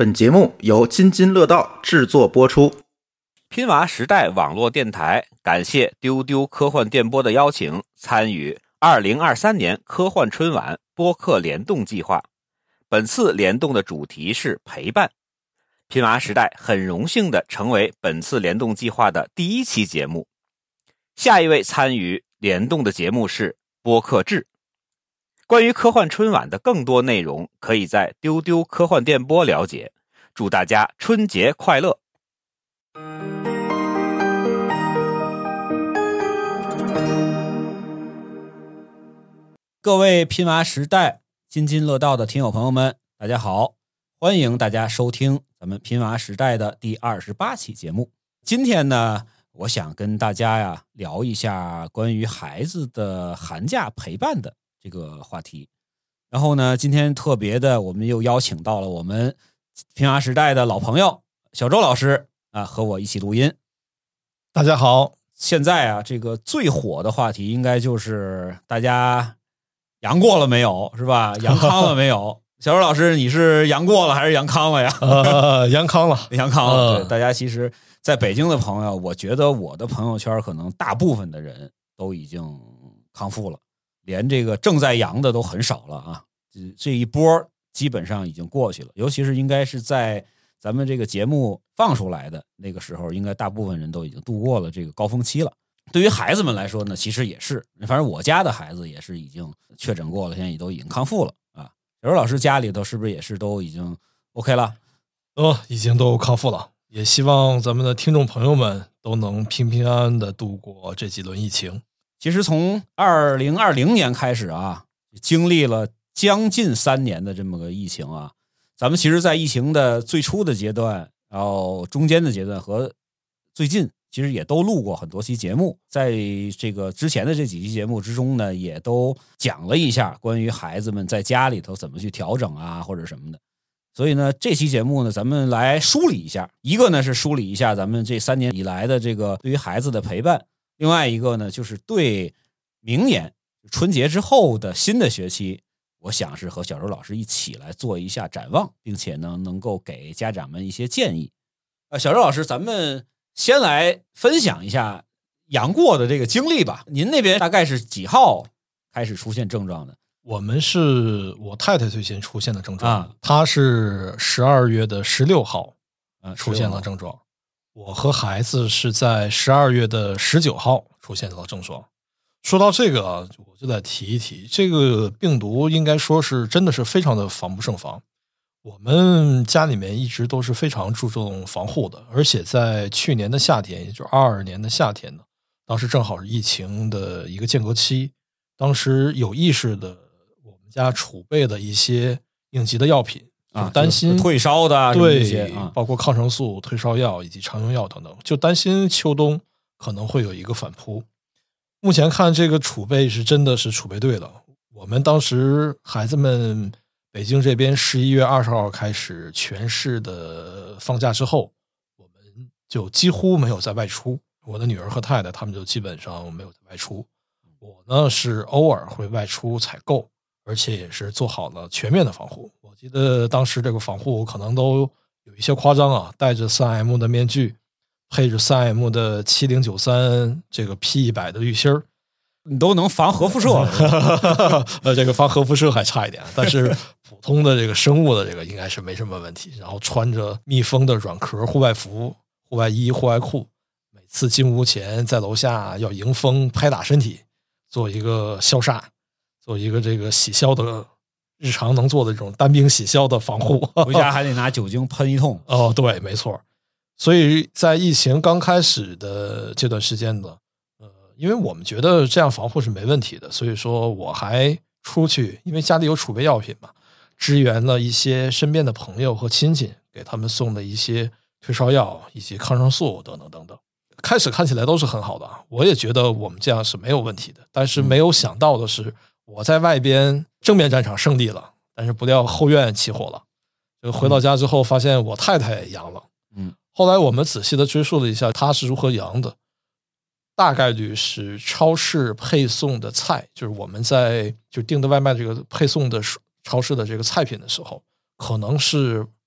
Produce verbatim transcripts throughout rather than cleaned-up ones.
本节目由津津乐道制作播出。 拼娃时代网络电台感谢丢丢科幻电波的邀请，参与二零二三年科幻春晚播客联动计划。本次联动的主题是陪伴。拼娃时代很荣幸地成为本次联动计划的第一期节目。下一位参与联动的节目是播客志。关于科幻春晚的更多内容，可以在丢丢科幻电波了解。祝大家春节快乐！ 各位拼娃时代津津乐道的听友朋友们，大家好，欢迎大家收听咱们拼娃时代的第二十八期节目。今天呢，我想跟大家呀聊一下关于孩子的寒假陪伴的这个话题。然后呢，今天特别的，我们又邀请到了我们拼娃时代的老朋友小周老师啊，和我一起录音。 大家好， 现在啊，这个最火的话题应该就是大家阳过了没有，是吧？阳康了没有？小周老师，你是阳过了还是阳康了呀？ 呃，阳康了， 阳康了。对，大家其实在北京的朋友，我觉得我的朋友圈可能大部分的人都已经康复了，连这个正在阳的都很少了啊。这一波基本上已经过去了，尤其是应该是在咱们这个节目放出来的那个时候，应该大部分人都已经度过了这个高峰期了。对于孩子们来说呢，其实也是，反正我家的孩子也是已经确诊过了，现在也都已经康复了啊。小周老师家里头是不是也是都已经 OK 了？ 哦，已经都康复了。也希望咱们的听众朋友们都能平平安安的度过这几轮疫情。 其实从二零二零年开始啊，经历了将近三年的这么个疫情啊，咱们其实在疫情的最初的阶段，然后中间的阶段和最近其实也都录过很多期节目，在这个之前的这几期节目之中呢，也都讲了一下关于孩子们在家里头怎么去调整啊或者什么的。所以呢，这期节目呢，咱们来梳理一下，一个呢是梳理一下咱们这三年以来的这个对于孩子的陪伴，另外一个呢就是对明年春节之后的新的学期，我想是和小周老师一起来做一下展望，并且呢能够给家长们一些建议。呃，小周老师，咱们先来分享一下阳过的这个经历吧。您那边大概是几号开始出现症状的？ 我们是我太太最先出现的症状，啊、她是十二月的十六号出现了症状，啊、我和孩子是在十二月的十九号出现了症状。说到这个，我就得提一提，这个病毒应该说是真的是非常的防不胜防。我们家里面一直都是非常注重防护的，而且在去年的夏天，也就是二二年的夏天呢，当时正好是疫情的一个间隔期，当时有意识的我们家储备的一些应急的药品， 啊， 担心退烧的， 对，啊、包括抗生素、退烧药以及常用药等等，就担心秋冬可能会有一个反扑。目前看这个储备是真的是储备对了。我们当时孩子们北京这边十一月二十号开始全市的放假之后，我们就几乎没有在外出。我的女儿和太太他们就基本上没有在外出。我呢是偶尔会外出采购，而且也是做好了全面的防护。我记得当时这个防护可能都有一些夸张啊，戴着 三 M 的面具，配着 三 M 的七零九三这个 P 一百 的滤芯儿， 你都能防核辐射了。 呃，这个防核辐射还差一点，但是普通的这个生物的这个应该是没什么问题。然后穿着密封的软壳户外服、户外衣、户外裤，每次进屋前在楼下要迎风拍打身体，做一个消煞，做一个这个洗消的日常能做的这种单兵洗消的防护。 回家还得拿酒精喷一通。 哦，对，没错。所以在疫情刚开始的这段时间呢，呃，因为我们觉得这样防护是没问题的，所以说我还出去，因为家里有储备药品嘛，支援了一些身边的朋友和亲戚，给他们送了一些退烧药以及抗生素等等等等。开始看起来都是很好的，我也觉得我们这样是没有问题的，但是没有想到的是，我在外边正面战场胜利了，但是不料后院起火了。就回到家之后发现我太太也阳了。 嗯， 后来我们仔细的追溯了一下她是如何阳的，大概率是超市配送的菜，就是我们在就订的外卖这个配送的超市的这个菜品的时候，可能是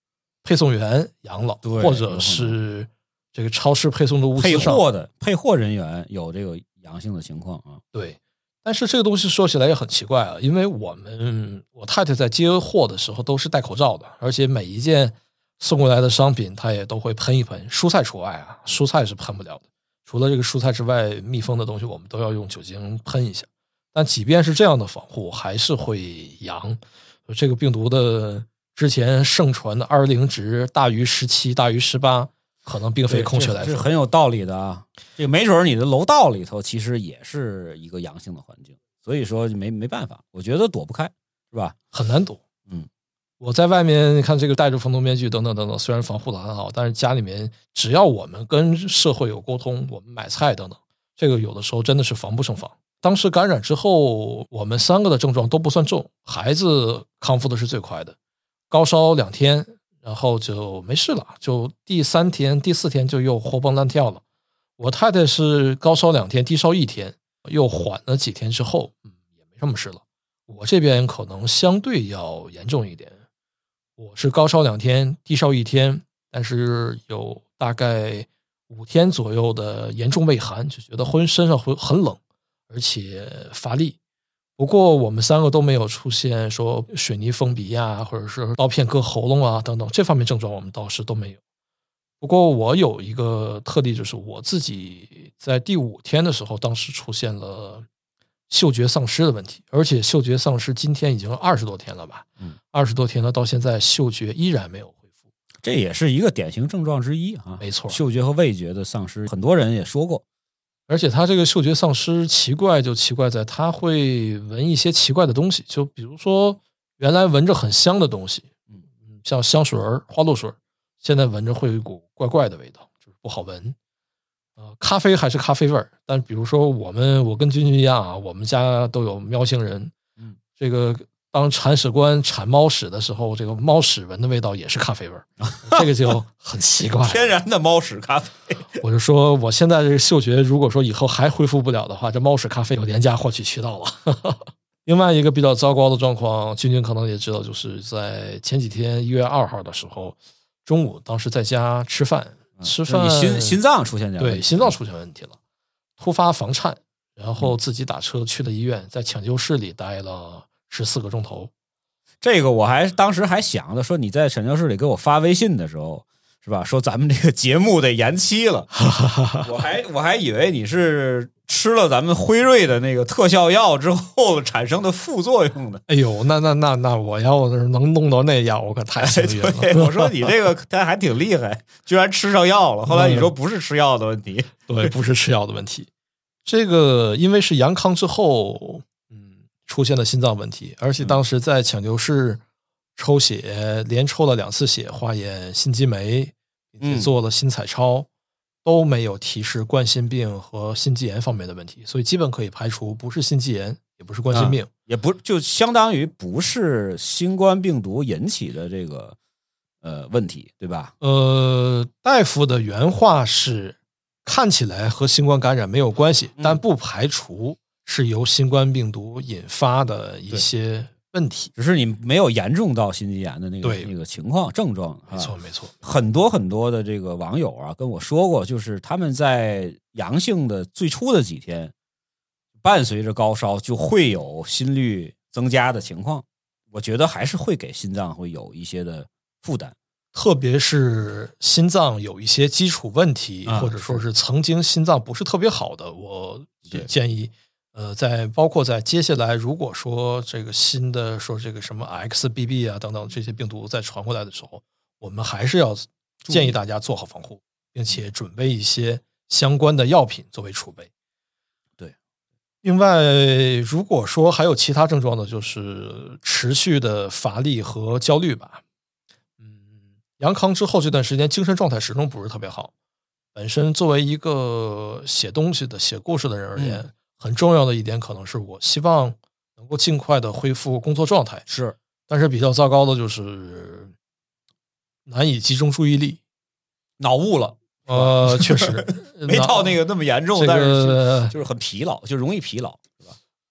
配送员阳了，或者是这个超市配送的物资配上货的配货人员有这个阳性的情况啊。 对，但是这个东西说起来也很奇怪啊，因为我们我太太在接货的时候都是戴口罩的，而且每一件送过来的商品她也都会喷一喷，蔬菜除外啊，蔬菜是喷不了的。除了这个蔬菜之外，密封的东西我们都要用酒精喷一下。但即便是这样的防护，还是会阳。这个病毒的之前盛传的 R 零 值大于十七、大于十八，可能并非空穴来风， 这是很有道理的啊。这个没准你的楼道里头其实也是一个阳性的环境，所以说没没办法，我觉得躲不开，是吧？ 很难躲。 嗯。 我在外面看这个戴着防毒面具等等等等，虽然防护的很好，但是家里面只要我们跟社会有沟通，我们买菜等等，这个有的时候真的是防不胜防。当时感染之后，我们三个的症状都不算重，孩子康复的是最快的，高烧两天，然后就没事了，就第三天、第四天就又活蹦乱跳了。我太太是高烧两天，低烧一天，又缓了几天之后，嗯，也没什么事了。我这边可能相对要严重一点。我是高烧两天，低烧一天，但是有大概五天左右的严重畏寒，就觉得浑身上很冷，而且乏力。不过我们三个都没有出现说水泥封鼻呀，或者是刀片割喉咙啊等等这方面症状，我们倒是都没有。不过我有一个特例，就是我自己在第五天的时候，当时出现了嗅觉丧失的问题，而且嗅觉丧失今天已经二十多天了吧？嗯，二十多天了，到现在嗅觉依然没有恢复， 这也是一个典型症状之一啊。 没错， 嗅觉和味觉的丧失，很多人也说过。 而且他这个嗅觉丧失奇怪就奇怪在他会闻一些奇怪的东西，就比如说原来闻着很香的东西，嗯，像香水、花露水，现在闻着会有一股怪怪的味道，就是不好闻。呃，咖啡还是咖啡味儿，但比如说我们，我跟君君一样啊，我们家都有喵星人，嗯，这个当铲屎官铲猫屎的时候，这个猫屎闻的味道也是咖啡味儿，这个就很奇怪。 天然的猫屎咖啡， 我就说我现在这个嗅觉，如果说以后还恢复不了的话，这猫屎咖啡有廉价获取渠道了。另外一个比较糟糕的状况，君君可能也知道，就是在前几天一月二号的时候，中午当时在家吃饭。吃饭， 你心心脏出现这样对心脏出现问题了，突发房颤，然后自己打车去了医院，在抢救室里待了十四个钟头。 这个我还当时还想着说，你在抢救室里给我发微信的时候，是吧？说咱们这个节目得延期了，我还我还以为你是吃了咱们辉瑞的那个特效药之后产生的副作用呢。 哎呦，那那那那我要是能弄到那药，我可太幸运了。 对，我说你这个他还挺厉害，居然吃上药了。后来你说不是吃药的问题， 对，不是吃药的问题。这个因为是阳康之后，嗯，出现了心脏问题，而且当时在抢救室抽血，连抽了两次血，化验心肌酶，并且做了心彩超。嗯，都没有提示冠心病和心肌炎方面的问题，所以基本可以排除不是心肌炎，也不是冠心病，啊、 也不就相当于不是新冠病毒引起的这个呃问题，对吧？ 呃，大夫的原话是，看起来和新冠感染没有关系，嗯、但不排除是由新冠病毒引发的一些问题， 只是你没有严重到心肌炎的那个那个情况症状。 没错没错， 很多很多的这个网友啊跟我说过，就是他们在阳性的最初的几天，伴随着高烧就会有心率增加的情况。我觉得还是会给心脏会有一些的负担， 特别是心脏有一些基础问题，啊、或者说是曾经心脏不是特别好的，我建议。呃，在包括在接下来，如果说这个新的说这个什么 X B B 啊等等这些病毒再传过来的时候，我们还是要建议大家做好防护，并且准备一些相关的药品作为储备。 对， 另外，如果说还有其他症状呢，就是持续的乏力和焦虑吧。嗯，阳康之后这段时间精神状态始终不是特别好。本身作为一个写东西的、写故事的人而言。嗯，很重要的一点可能是我希望能够尽快的恢复工作状态， 是， 但是比较糟糕的就是难以集中注意力， 脑雾了。 呃，确实没到那个那么严重， 这个、 但是就是很疲劳，就容易疲劳，是吧？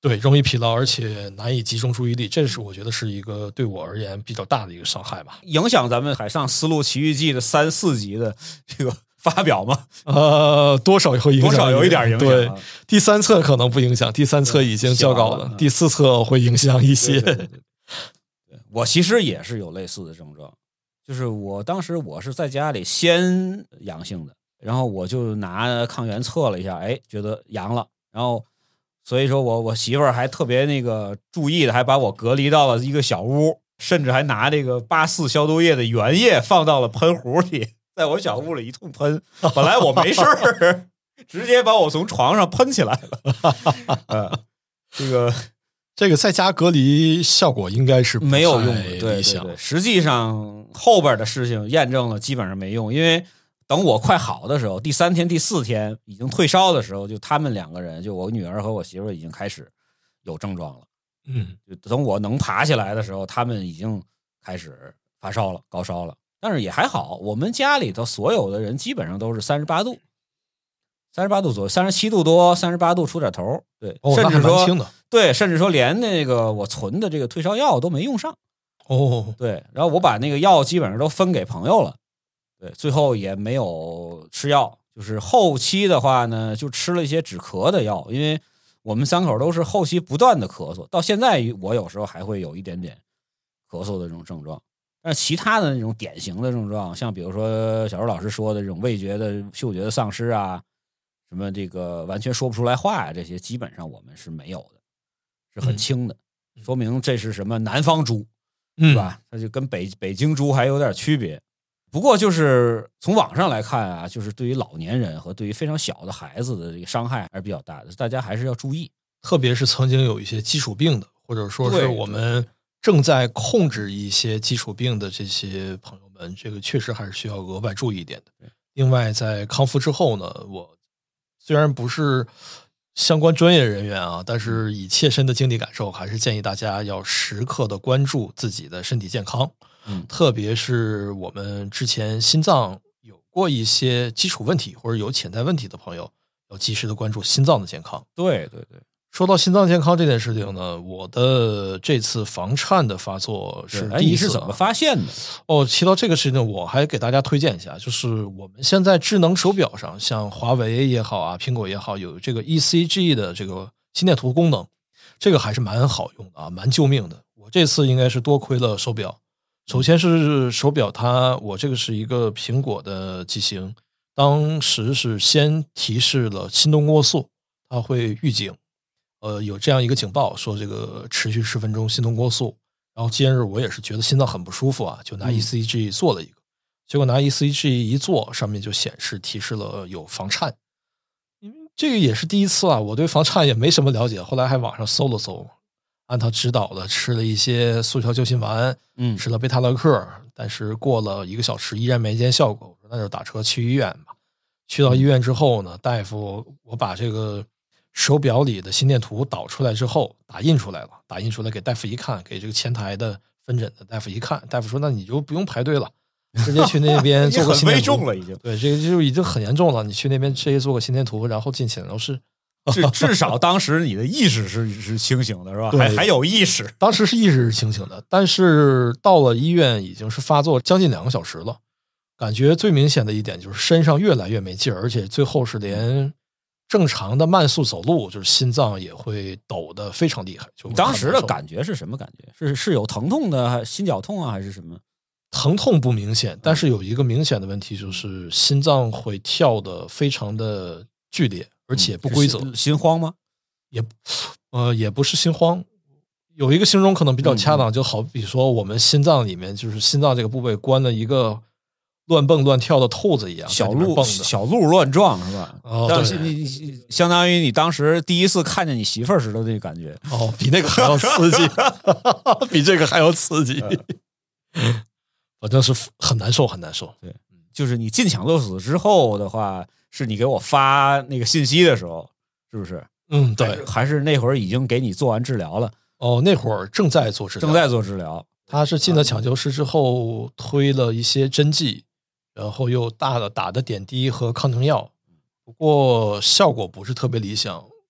对，容易疲劳，而且难以集中注意力，这是我觉得是一个对我而言比较大的一个伤害吧。 影响咱们《海上丝路奇遇记》的三四集的这个发表吗？ 呃，多少会影响， 多少有一点影响、啊。 对，第三册可能不影响，第三册已经交稿了，了第四册会影响一些。 对对对对对，我其实也是有类似的症状，就是我当时我是在家里先阳性的，然后我就拿抗原测了一下，哎，觉得阳了，然后所以说我我媳妇儿还特别那个注意的，还把我隔离到了一个小屋，甚至还拿这个八四消毒液的原液放到了喷壶里。在我小屋里一通喷，本来我没事儿，直接把我从床上喷起来了。呃，这个这个在家隔离效果应该是没有用的，对对对。实际上后边的事情验证了，基本上没用，因为等我快好的时候，第三天、第四天已经退烧的时候，就他们两个人，就我女儿和我媳妇已经开始有症状了。 嗯， 就等我能爬起来的时候，他们已经开始发烧了，高烧了。但是也还好，我们家里头所有的人基本上都是三十八度，三十八度左右，三十七度多，三十八度出点头。对， 哦、 甚至说对，甚至说连那个我存的这个退烧药都没用上。 哦， 对，然后我把那个药基本上都分给朋友了。对，最后也没有吃药，就是后期的话呢，就吃了一些止咳的药，因为我们三口都是后期不断的咳嗽，到现在我有时候还会有一点点咳嗽的这种症状。但是其他的那种典型的症状，像比如说小周老师说的这种味觉的、嗅觉的丧失啊，什么这个完全说不出来话呀，这些基本上我们是没有的，是很轻的，嗯、说明这是什么南方猪，是吧？它就跟北北京猪还有点区别。不过就是从网上来看啊，就是对于老年人和对于非常小的孩子的这个伤害还是比较大的，大家还是要注意。 特别是曾经有一些基础病的，或者说是我们正在控制一些基础病的这些朋友们，这个确实还是需要额外注意一点的。另外，在康复之后呢，我虽然不是相关专业人员啊，但是以切身的经历感受，还是建议大家要时刻的关注自己的身体健康。 嗯， 特别是我们之前心脏有过一些基础问题或者有潜在问题的朋友，要及时的关注心脏的健康。 对对对。 说到心脏健康这件事情呢，我的这次房颤的发作是第一次、啊。 你是怎么发现的？ 哦，提到这个事情，我还给大家推荐一下，就是我们现在智能手表上，像华为也好啊，苹果也好，有这个 E C G 的这个心电图功能，这个还是蛮好用的啊，蛮救命的。我这次应该是多亏了手表。首先是手表它，我这个是一个苹果的机型，当时是先提示了心动过速，它会预警。呃，有这样一个警报，说这个持续十分钟心动过速。然后今日我也是觉得心脏很不舒服啊，就拿 E C G 做了一个，嗯、结果拿 E C G 一做，上面就显示提示了有房颤。因为这个也是第一次啊，我对房颤也没什么了解，后来还网上搜了搜，按他指导的吃了一些速效救心丸， 嗯， 吃了贝塔乐克，但是过了一个小时依然没见效果，我说那就打车去医院吧。去到医院之后呢，大夫我把这个手表里的心电图导出来之后，打印出来了，打印出来给大夫一看，给这个前台的分诊的大夫一看，大夫说那你就不用排队了，直接去那边做个心电图。 很危重了已经。 对，这个就已经很严重了，你去那边直接做个心电图，然后进检疗室。 至至少当时你的意识是是清醒的，是吧？还还有意识。 当时是意识是清醒的，但是到了医院已经是发作将近两个小时了。感觉最明显的一点就是身上越来越没劲儿，而且最后是连正常的慢速走路，就是心脏也会抖得非常厉害。就当时的感觉是什么感觉？是是有疼痛的，心绞痛啊，还是什么？ 疼痛不明显，但是有一个明显的问题，就是心脏会跳得非常的剧烈，而且不规则。 嗯、心慌吗？ 也呃也不是心慌，有一个形容可能比较恰当， 嗯、 就好比说我们心脏里面就是心脏这个部位关了一个乱蹦乱跳的兔子一样， 小鹿小鹿乱撞是吧？ 哦， 对，你相当于你当时第一次看见你媳妇儿时的那个感觉。 哦，比那个还要刺激，比这个还要刺激。反正是很难受，很难受。 对，就是你进抢救室之后的话，是你给我发那个信息的时候，是不是？ 嗯，对， 还是那会儿已经给你做完治疗了？ 哦，那会儿正在做治疗， 正在做治疗。 他是进了抢救室之后，推了一些针剂，然后又大的打的点滴和抗疼药，不过效果不是特别理想。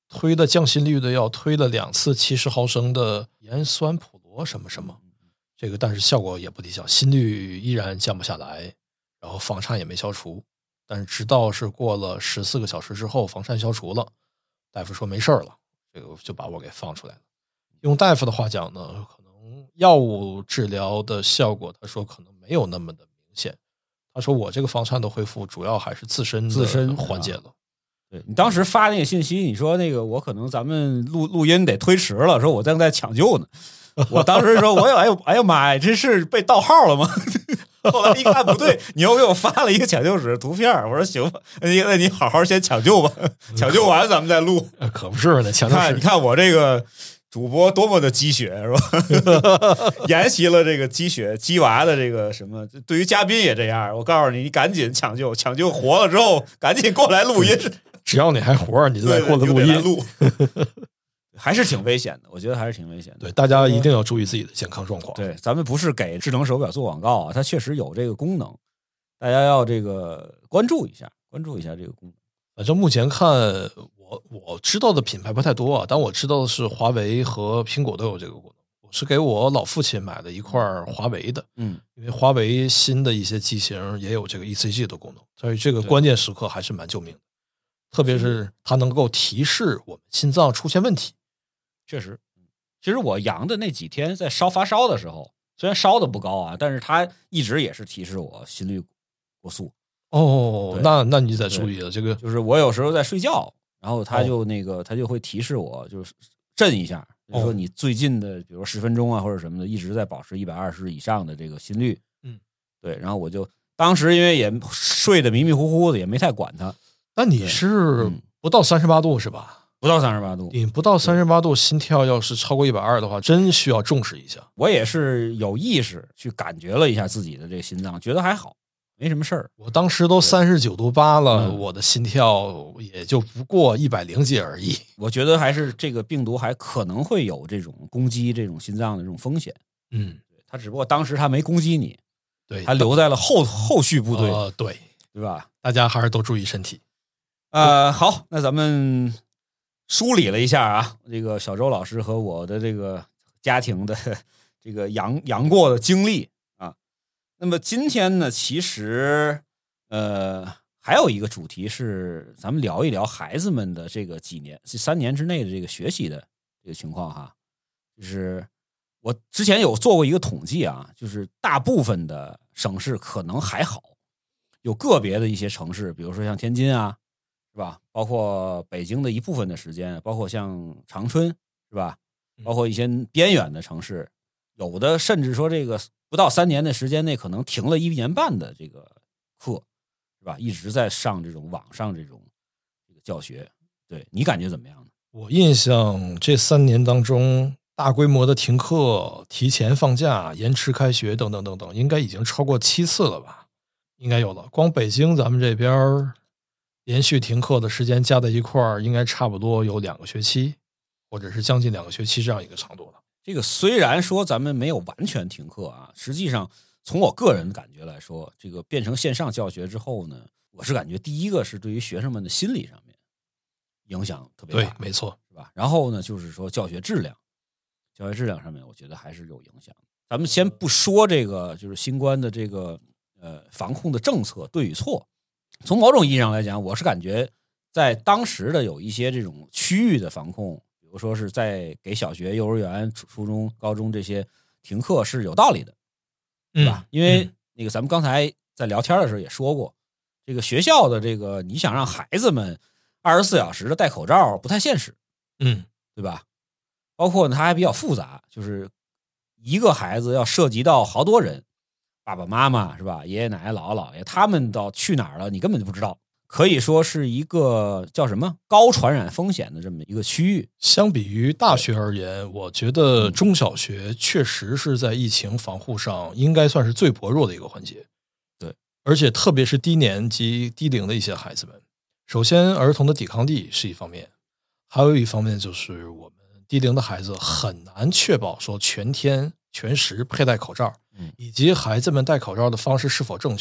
推的降心率的药，推了两次七十毫升的盐酸普罗什么什么，这个但是效果也不理想，心率依然降不下来，然后房颤也没消除。但是直到是过了十四个小时之后，房颤消除了，大夫说没事了，这个就把我给放出来了。用大夫的话讲呢，可能药物治疗的效果，他说可能没有那么的明显。他说我这个房颤的恢复主要还是自身自身缓解了。 对，你当时发那个信息，你说那个我可能咱们录录音得推迟了，说我正在抢救呢。我当时说，我有哎呦哎呦妈呀，这是被盗号了吗？后来一看不对，你又给我发了一个抢救室图片，我说行吧，那你那你好好先抢救吧，抢救完咱们再录。 可不是呢，抢救室你看我这个主播多么的鸡血是吧？沿袭了这个鸡血鸡娃的这个什么，对于嘉宾也这样。我告诉你，你赶紧抢救，抢救活了之后赶紧过来录音。 只要你还活，你就得过来录音。 录还是挺危险的，我觉得还是挺危险的。 对，大家一定要注意自己的健康状况。 对，咱们不是给智能手表做广告啊，它确实有这个功能，大家要这个关注一下，关注一下这个功能。 反正目前看，我我知道的品牌不太多啊，但我知道的是华为和苹果都有这个功能。我是给我老父亲买了一块华为的， 嗯， 因为华为新的一些机型也有这个 E C G 的功能，所以这个关键时刻还是蛮救命的。特别是它能够提示我们心脏出现问题。 确实，其实我阳的那几天在烧发烧的时候，虽然烧的不高啊，但是它一直也是提示我心率过速。 哦，那那你得注意了，这个就是我有时候在睡觉，然后它就那个它就会提示我，就是震一下，就是说你最近的比如十分钟啊或者什么的，一直在保持一百二十以上的这个心率。 嗯， 对，然后我就当时因为也睡得迷迷糊糊的，也没太管它。 那你是不到三十八度是吧？ 不到三十八度， 你不到三十八度，心跳要是超过一百二的话，真需要重视一下。 我也是有意识去感觉了一下自己的这个心脏，觉得还好，没什么事儿。 我当时都三十九度八了，我的心跳也就不过一百零几而已。 我觉得还是这个病毒还可能会有这种攻击这种心脏的这种风险。 嗯， 它只不过当时它没攻击你， 对， 它留在了后后续部队， 呃，对， 对吧？ 大家还是都注意身体。 呃，好，那咱们梳理了一下啊，这个小周老师和我的这个家庭的这个阳阳过的经历啊。那么今天呢，其实呃还有一个主题是，咱们聊一聊孩子们的这个几年、这三年之内的这个学习的这个情况哈。就是我之前有做过一个统计啊，就是大部分的省市可能还好，有个别的一些城市，比如说像天津啊。是吧？包括北京的一部分的时间，包括像长春，是吧？包括一些边远的城市，有的甚至说这个不到三年的时间内，可能停了一年半的这个课，是吧？一直在上这种网上这种这个教学。对，你感觉怎么样呢？ 我印象这三年当中，大规模的停课、提前放假、延迟开学等等等等，应该已经超过七次了吧？应该有了。光北京咱们这边连续停课的时间加在一块儿，应该差不多有两个学期，或者是将近两个学期这样一个长度了。 这个虽然说咱们没有完全停课啊，实际上从我个人的感觉来说，这个变成线上教学之后呢，我是感觉第一个是对于学生们的心理上面影响特别大， 对，没错， 是吧？然后呢，就是说教学质量，教学质量上面，我觉得还是有影响。咱们先不说这个，就是新冠的这个呃防控的政策对与错。从某种意义上来讲，我是感觉在当时的有一些这种区域的防控，比如说是在给小学、幼儿园、初中、高中这些停课是有道理的，对吧？ 嗯、 因为那个咱们刚才在聊天的时候也说过，这个学校的这个你想让孩子们二十四小时的戴口罩不太现实， 嗯， 对吧？包括呢，它还比较复杂，就是一个孩子要涉及到好多人。爸爸妈妈是吧？爷爷奶奶、姥姥姥爷，他们到去哪儿了，你根本就不知道。可以说是一个叫什么高传染风险的这么一个区域。 相比于大学而言，我觉得中小学确实是在疫情防护上应该算是最薄弱的一个环节。 对， 而且特别是低年级、低龄的一些孩子们，首先儿童的抵抗力是一方面，还有一方面就是我们低龄的孩子很难确保说全天全时佩戴口罩。以及孩子们戴口罩的方式是否正确？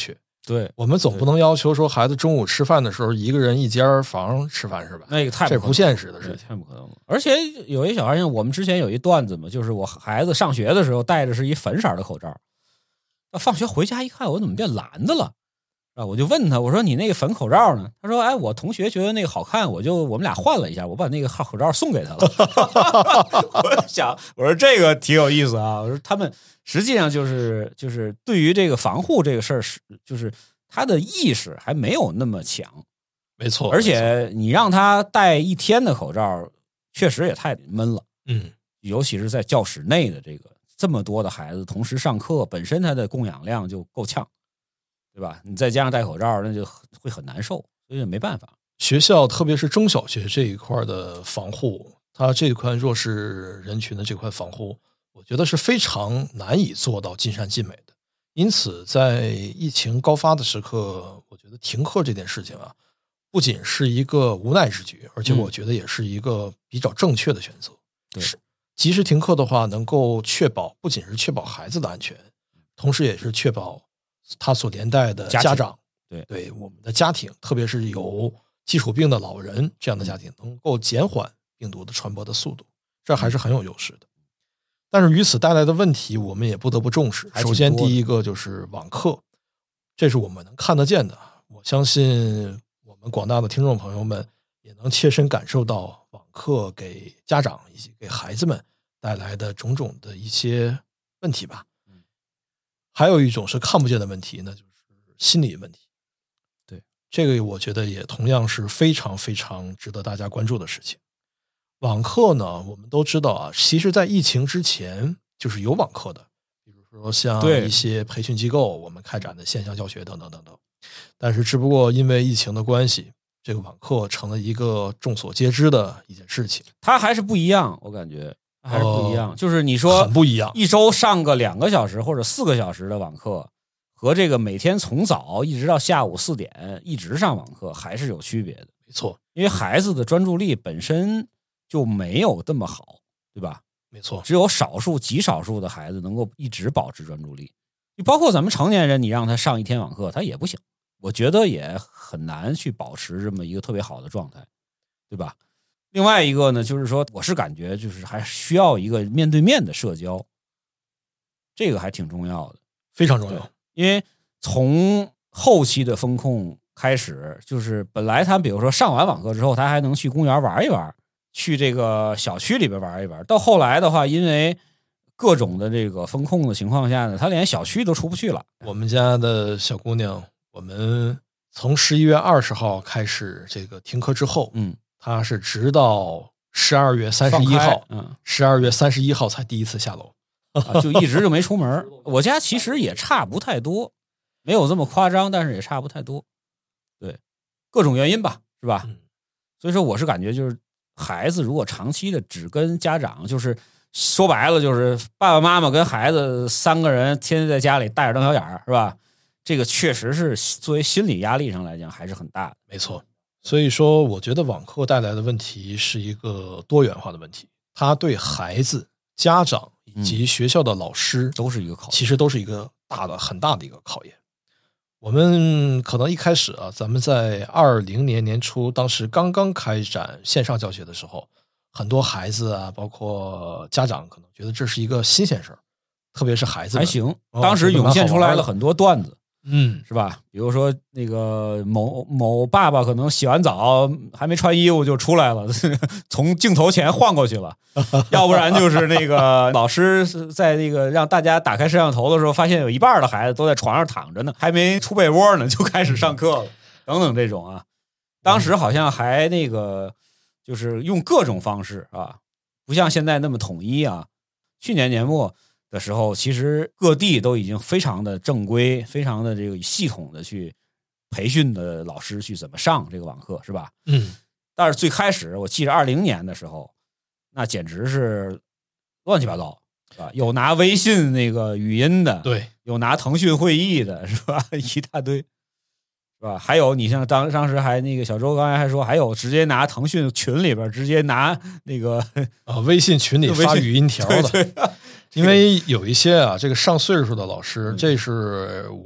对， 我们总不能要求说孩子中午吃饭的时候一个人一间房吃饭是吧？ 那个太这不现实的事情， 太不可能了。而且有一小孩，像我们之前有一段子嘛，就是我孩子上学的时候戴着是一粉色的口罩，放学回家一看，我怎么变蓝的了？啊，我就问他，我说你那个粉口罩呢？他说，哎，我同学觉得那个好看，我就我们俩换了一下，我把那个号口罩送给他了。我想，我说这个挺有意思啊。我说他们实际上就是就是对于这个防护这个事儿，是就是他的意识还没有那么强。 没错， 而且你让他戴一天的口罩，确实也太闷了。 嗯， 尤其是在教室内的这个这么多的孩子同时上课，本身它的供氧量就够呛。对吧？你再加上戴口罩，那就会很难受，所以没办法。 学校特别是中小学这一块的防护，它这块弱势人群的这块防护，我觉得是非常难以做到尽善尽美的。因此，在疫情高发的时刻，我觉得停课这件事情啊，不仅是一个无奈之举，而且我觉得也是一个比较正确的选择。 对、 嗯，及时停课的话，能够确保不仅是确保孩子的安全，同时也是确保他所连带的家长， 对对我们的家庭，特别是有基础病的老人这样的家庭，能够减缓病毒的传播的速度，这还是很有优势的。但是与此带来的问题，我们也不得不重视。首先，第一个就是网课，这是我们能看得见的。我相信我们广大的听众朋友们也能切身感受到网课给家长以及给孩子们带来的种种的一些问题吧。还有一种是看不见的问题，那就是心理问题。 对， 这个我觉得也同样是非常非常值得大家关注的事情。网课呢，我们都知道啊，其实在疫情之前就是有网课的，比如说像一些培训机构我们开展的线上教学等等等等。但是只不过因为疫情的关系，这个网课成了一个众所皆知的一件事情。 它还是不一样，我感觉还是不一样，呃、就是你说很不一样， 一周上个两个小时或者四个小时的网课，和这个每天从早一直到下午四点一直上网课还是有区别的。 没错， 因为孩子的专注力本身就没有这么好，对吧？ 没错， 只有少数极少数的孩子能够一直保持专注力。你包括咱们成年人，你让他上一天网课，他也不行。我觉得也很难去保持这么一个特别好的状态，对吧？另外一个呢，就是说，我是感觉就是还需要一个面对面的社交，这个还挺重要的， 非常重要。 因为从后期的风控开始，就是本来他比如说上完网课之后，他还能去公园玩一玩，去这个小区里边玩一玩。到后来的话，因为各种的这个风控的情况下呢，他连小区都出不去了。 我们家的小姑娘，我们从十一月二十号开始这个停课之后， 嗯。 他是直到十二月三十一号， 嗯， 十二月三十一号才第一次下楼， 啊，就一直就没出门。我家其实也差不太多，没有这么夸张，但是也差不太多。对，各种原因吧，是吧？ 嗯、 所以说，我是感觉就是孩子如果长期的只跟家长，就是说白了就是爸爸妈妈跟孩子三个人天天在家里带着瞪小眼儿，是吧？这个确实是作为心理压力上来讲还是很大的。 没错。所以说我觉得网课带来的问题是一个多元化的问题，它对孩子、家长以及学校的老师、 嗯、都是一个考验， 其实都是一个大的很大的一个考验。我们可能一开始啊，咱们在二零年年初当时刚刚开展线上教学的时候，很多孩子啊包括家长可能觉得这是一个新鲜事儿，特别是孩子们还行，当时涌现出来了很多段子， 嗯， 是吧？比如说那个某某爸爸可能洗完澡还没穿衣服就出来了，从镜头前晃过去了，要不然就是那个老师在那个让大家打开摄像头的时候，发现有一半的孩子都在床上躺着呢，还没出被窝呢，就开始上课了，等等这种啊。当时好像还那个就是用各种方式啊，不像现在那么统一啊。去年年末的时候，其实各地都已经非常的正规，非常的这个系统的去培训的老师去怎么上这个网课，是吧？ 嗯。 但是最开始我记得二零年的时候，那简直是乱七八糟，是吧？有拿微信那个语音的， 对， 有拿腾讯会议的，是吧？一大堆，是吧？还有你像当当时还那个小周刚才还说，还有直接拿腾讯群里边直接拿那个啊微信群里发语音条的。 对对因为有一些啊，这个上岁数的老师，这是我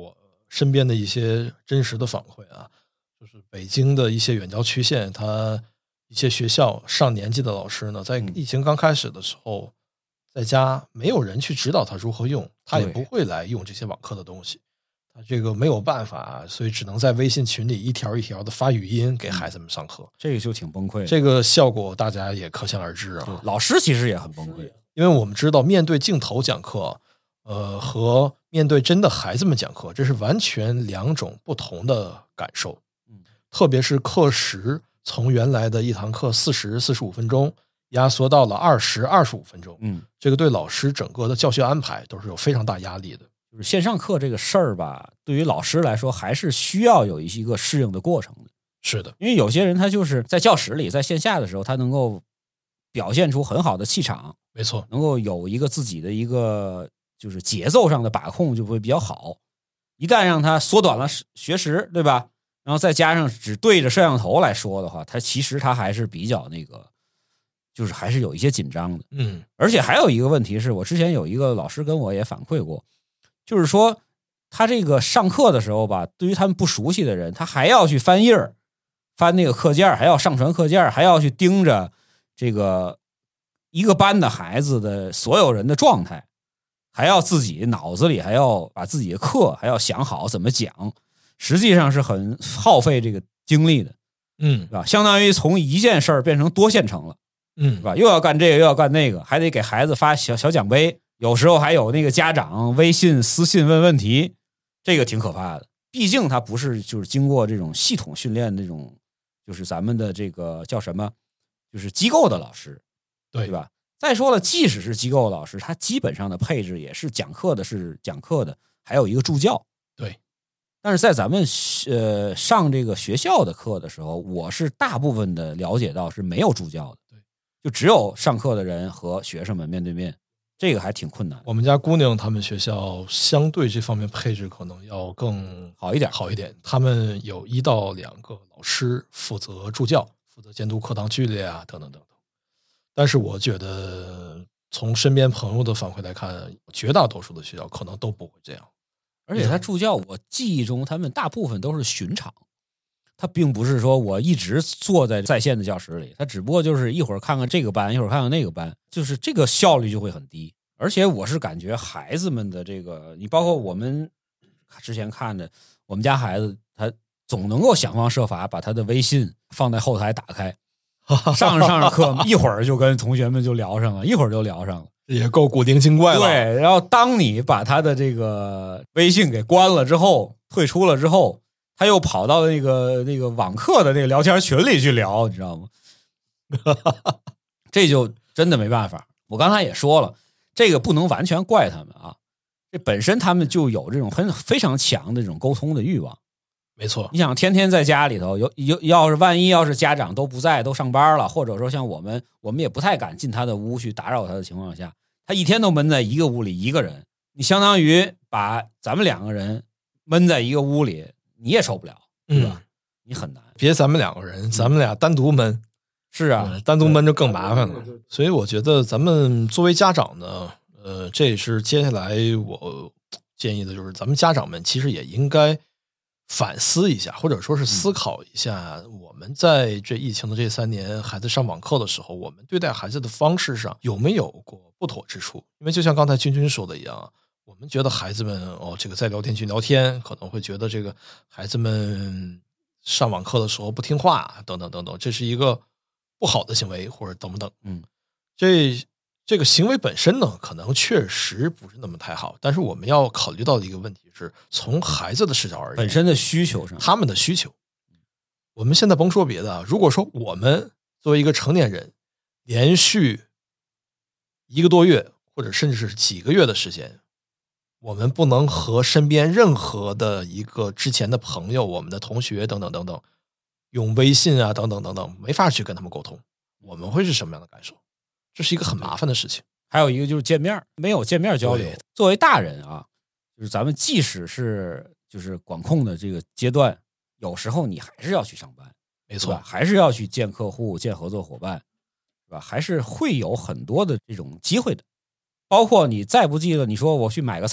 身边的一些真实的反馈啊，就是北京的一些远郊区县，它一些学校上年纪的老师呢，在疫情刚开始的时候，在家没有人去指导他如何用，他也不会来用这些网课的东西，他这个没有办法，所以只能在微信群里一条一条的发语音给孩子们上课， 这个就挺崩溃的。 这个效果大家也可想而知啊。 老师其实也很崩溃， 因为我们知道面对镜头讲课，呃，和面对真的孩子们讲课，这是完全两种不同的感受。嗯，特别是课时从原来的一堂课四十、四十五分钟压缩到了二十、二十五分钟，嗯，这个对老师整个的教学安排都是有非常大压力的。 就是线上课这个事儿吧，对于老师来说还是需要有一个适应的过程的。 是的， 因为有些人他就是在教室里，在线下的时候，他能够表现出很好的气场， 没错， 能够有一个自己的一个就是节奏上的把控就会比较好。一旦让他缩短了学时，对吧？然后再加上只对着摄像头来说的话，他其实他还是比较那个，就是还是有一些紧张的。 嗯， 而且还有一个问题是，我之前有一个老师跟我也反馈过，就是说他这个上课的时候吧，对于他们不熟悉的人，他还要去翻页儿，翻那个课件，还要上传课件，还要去盯着这个一个班的孩子的所有人的状态，还要自己脑子里还要把自己的课还要想好怎么讲，实际上是很耗费这个精力的， 嗯， 是吧？相当于从一件事儿变成多线程了， 嗯， 是吧？又要干这个，又要干那个，还得给孩子发小小奖杯，有时候还有那个家长微信私信问问题，这个挺可怕的。毕竟他不是就是经过这种系统训练的这种，就是咱们的这个叫什么，就是机构的老师， 对对吧？再说了，即使是机构老师，他基本上的配置也是讲课的是讲课的，还有一个助教。 对， 但是在咱们呃上这个学校的课的时候，我是大部分的了解到是没有助教的， 对， 就只有上课的人和学生们面对面，这个还挺困难。 我们家姑娘他们学校相对这方面配置可能要更好一点， 好一点。他们有一到两个老师负责助教，负责监督课堂纪律啊，等等等等。但是我觉得从身边朋友的反馈来看，绝大多数的学校可能都不会这样。 而且他助教，我记忆中他们大部分都是巡场，他并不是说我一直坐在在线的教室里，他只不过就是一会儿看看这个班，一会儿看看那个班，就是这个效率就会很低。而且我是感觉孩子们的这个，你包括我们之前看的，我们家孩子他总能够想方设法把他的微信放在后台打开，上着上着课一会儿就跟同学们就聊上了，一会儿就聊上了。 也够古灵精怪了。 对，然后当你把他的这个微信给关了之后，退出了之后，他又跑到那个那个网课的那个聊天群里去聊，你知道吗？这就真的没办法。我刚才也说了，这个不能完全怪他们啊，这本身他们就有这种很非常强的这种沟通的欲望。 没错， 你想天天在家里头，有有要是万一要是家长都不在，都上班了，或者说像我们，我们也不太敢进他的屋去打扰他的情况下，他一天都闷在一个屋里一个人，你相当于把咱们两个人闷在一个屋里，你也受不了，对吧？嗯、你很难。 别咱们两个人，咱们俩单独闷， 是啊， 嗯、单独闷就更麻烦了。所以我觉得咱们作为家长呢，呃，这也是接下来我建议的，就是咱们家长们其实也应该反思一下，或者说是思考一下，我们在这疫情的这三年，孩子上网课的时候，我们对待孩子的方式上有没有过不妥之处？因为就像刚才君君说的一样，我们觉得孩子们哦，这个在聊天群聊天，可能会觉得这个孩子们上网课的时候不听话，等等等等，这是一个不好的行为，或者等等。嗯，这。这个行为本身呢，可能确实不是那么太好，但是我们要考虑到的一个问题是，从孩子的视角而言， 本身的需求上， 他们的需求。我们现在甭说别的，如果说我们作为一个成年人，连续一个多月或者甚至是几个月的时间，我们不能和身边任何的一个之前的朋友、我们的同学等等等等，用微信啊等等等等，没法去跟他们沟通，我们会是什么样的感受？这是一个很麻烦的事情。 还有一个就是见面，没有见面交流。作为大人啊，就是咱们即使是就是管控的这个阶段，有时候你还是要去上班， 没错， 还是要去见客户、见合作伙伴，是吧？还是会有很多的这种机会的。包括你再不济了，你说我去买个菜，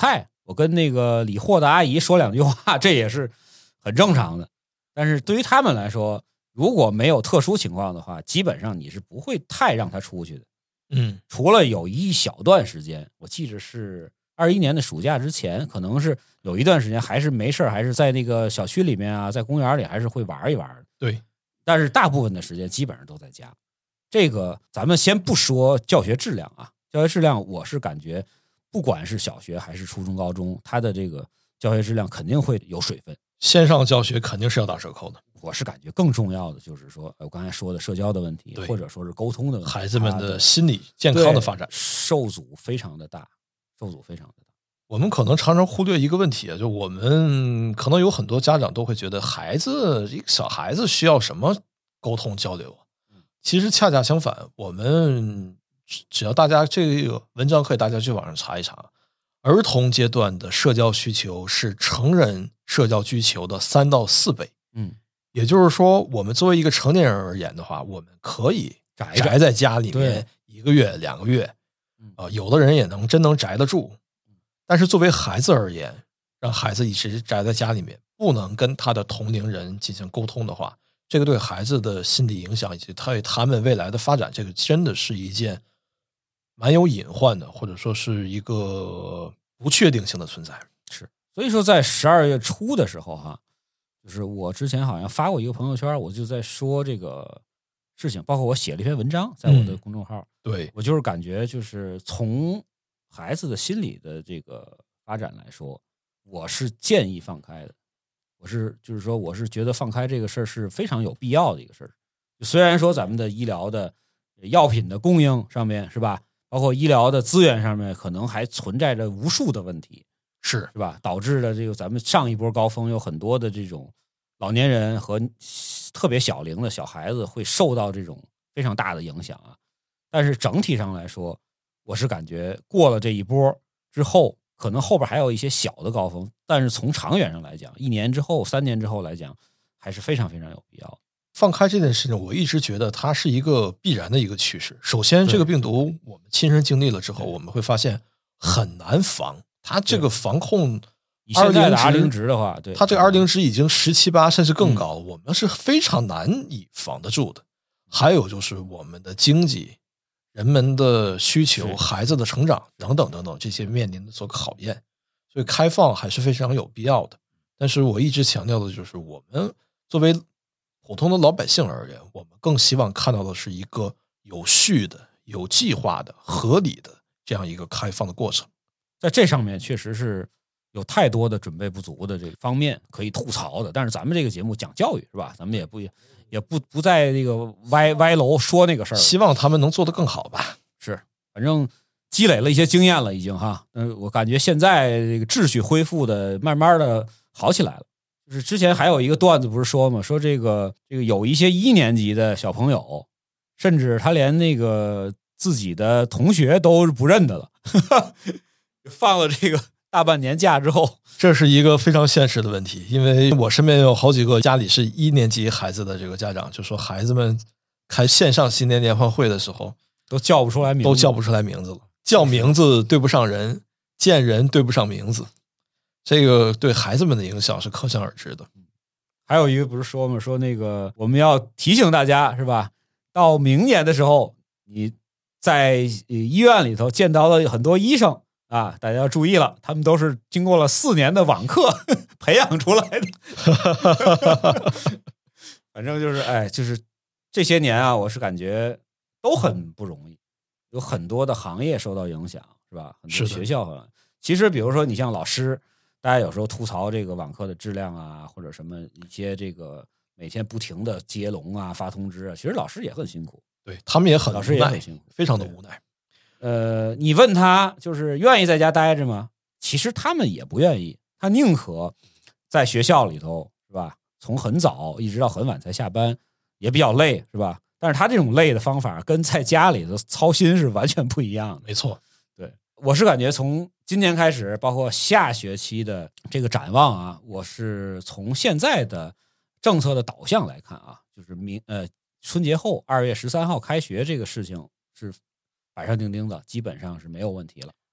我跟那个理货的阿姨说两句话，这也是很正常的。但是对于他们来说，如果没有特殊情况的话，基本上你是不会太让他出去的。 嗯， 除了有一小段时间，我记着是二一年的暑假之前，可能是有一段时间还是没事，还是在那个小区里面啊，在公园里还是会玩一玩。 对， 但是大部分的时间基本上都在家。这个咱们先不说教学质量啊，教学质量我是感觉不管是小学还是初中高中，它的这个教学质量肯定会有水分， 线上教学肯定是要打折扣的。 我是感觉更重要的就是说我刚才说的社交的问题，或者说是沟通的问题， 孩子们的心理健康的发展受阻非常的大，受阻非常的大。 我们可能常常忽略一个问题，就我们可能有很多家长都会觉得孩子一个小孩子需要什么沟通交流，其实恰恰相反，我们只要大家这个文章可以大家去网上查一查，儿童阶段的社交需求是成人社交需求的三到四倍。 嗯， 也就是说，我们作为一个成年人而言的话，我们可以宅宅在家里面一个月、两个月，啊、呃，有的人也能真能宅得住。但是作为孩子而言，让孩子一直宅在家里面，不能跟他的同龄人进行沟通的话，这个对孩子的心理影响以及对他们未来的发展，这个真的是一件蛮有隐患的，或者说是一个不确定性的存在。 是，所以说在十二月初的时候哈，就是我之前好像发过一个朋友圈，我就在说这个事情，包括我写了一篇文章在我的公众号。 嗯、对， 我就是感觉就是从孩子的心理的这个发展来说，我是建议放开的。我是就是说，我是觉得放开这个事儿是非常有必要的一个事儿。虽然说咱们的医疗的药品的供应上面是吧，包括医疗的资源上面，可能还存在着无数的问题， 是是吧？导致了这个咱们上一波高峰有很多的这种老年人和特别小龄的小孩子会受到这种非常大的影响啊。但是整体上来说，我是感觉过了这一波之后，可能后边还有一些小的高峰，但是从长远上来讲，一年之后、三年之后来讲，还是非常非常有必要的。 放开这件事情，我一直觉得它是一个必然的一个趋势。首先，这个病毒我们亲身经历了之后，我们会发现很难防。它这个防控， 以现在的 R 零 值的话，对， 它这个 R 零 值已经十七八甚至更高了，嗯、我们是非常难以防得住的。还有就是我们的经济、人们的需求、孩子的成长等等等等，这些面临的做考验，所以开放还是非常有必要的。但是我一直强调的就是，我们作为普通的老百姓而言，我们更希望看到的是一个有序的、有计划的、合理的这样一个开放的过程。 在这上面确实是有太多的准备不足的这个方面可以吐槽的，但是咱们这个节目讲教育是吧？咱们也不也不不在这个歪歪楼说那个事儿， 希望他们能做得更好吧。 是，反正积累了一些经验了，已经哈。嗯，我感觉现在这个秩序恢复的慢慢的好起来了。就是之前还有一个段子不是说嘛，说这个这个有一些一年级的小朋友，甚至他连那个自己的同学都不认得了。放了这个大半年假之后， 这是一个非常现实的问题。因为我身边有好几个家里是一年级孩子的这个家长，就说孩子们开线上新年联欢会的时候， 都叫不出来名字， 都叫不出来名字了，叫名字对不上人，见人对不上名字。这个对孩子们的影响是可想而知的。 还有一个不是说嘛，说那个我们要提醒大家是吧？到明年的时候，你在医院里头见到了很多医生啊，大家要注意了，他们都是经过了四年的网课培养出来的。反正就是，哎，就是这些年啊，我是感觉都很不容易，有很多的行业受到影响，是吧？很多学校，其实比如说你像老师。大家有时候吐槽这个网课的质量啊，或者什么一些这个每天不停的接龙啊、发通知啊，其实老师也很辛苦， 对他们也很无奈， 老师也很辛苦， 非常的无奈。 呃，你问他就是愿意在家待着吗？其实他们也不愿意，他宁可在学校里头，是吧？从很早一直到很晚才下班，也比较累，是吧？但是他这种累的方法跟在家里的操心是完全不一样的。 没错， 对，我是感觉从今年开始，包括下学期的这个展望啊，我是从现在的政策的导向来看啊，就是明呃春节后二月十三号开学这个事情是板上钉钉的，基本上是没有问题了。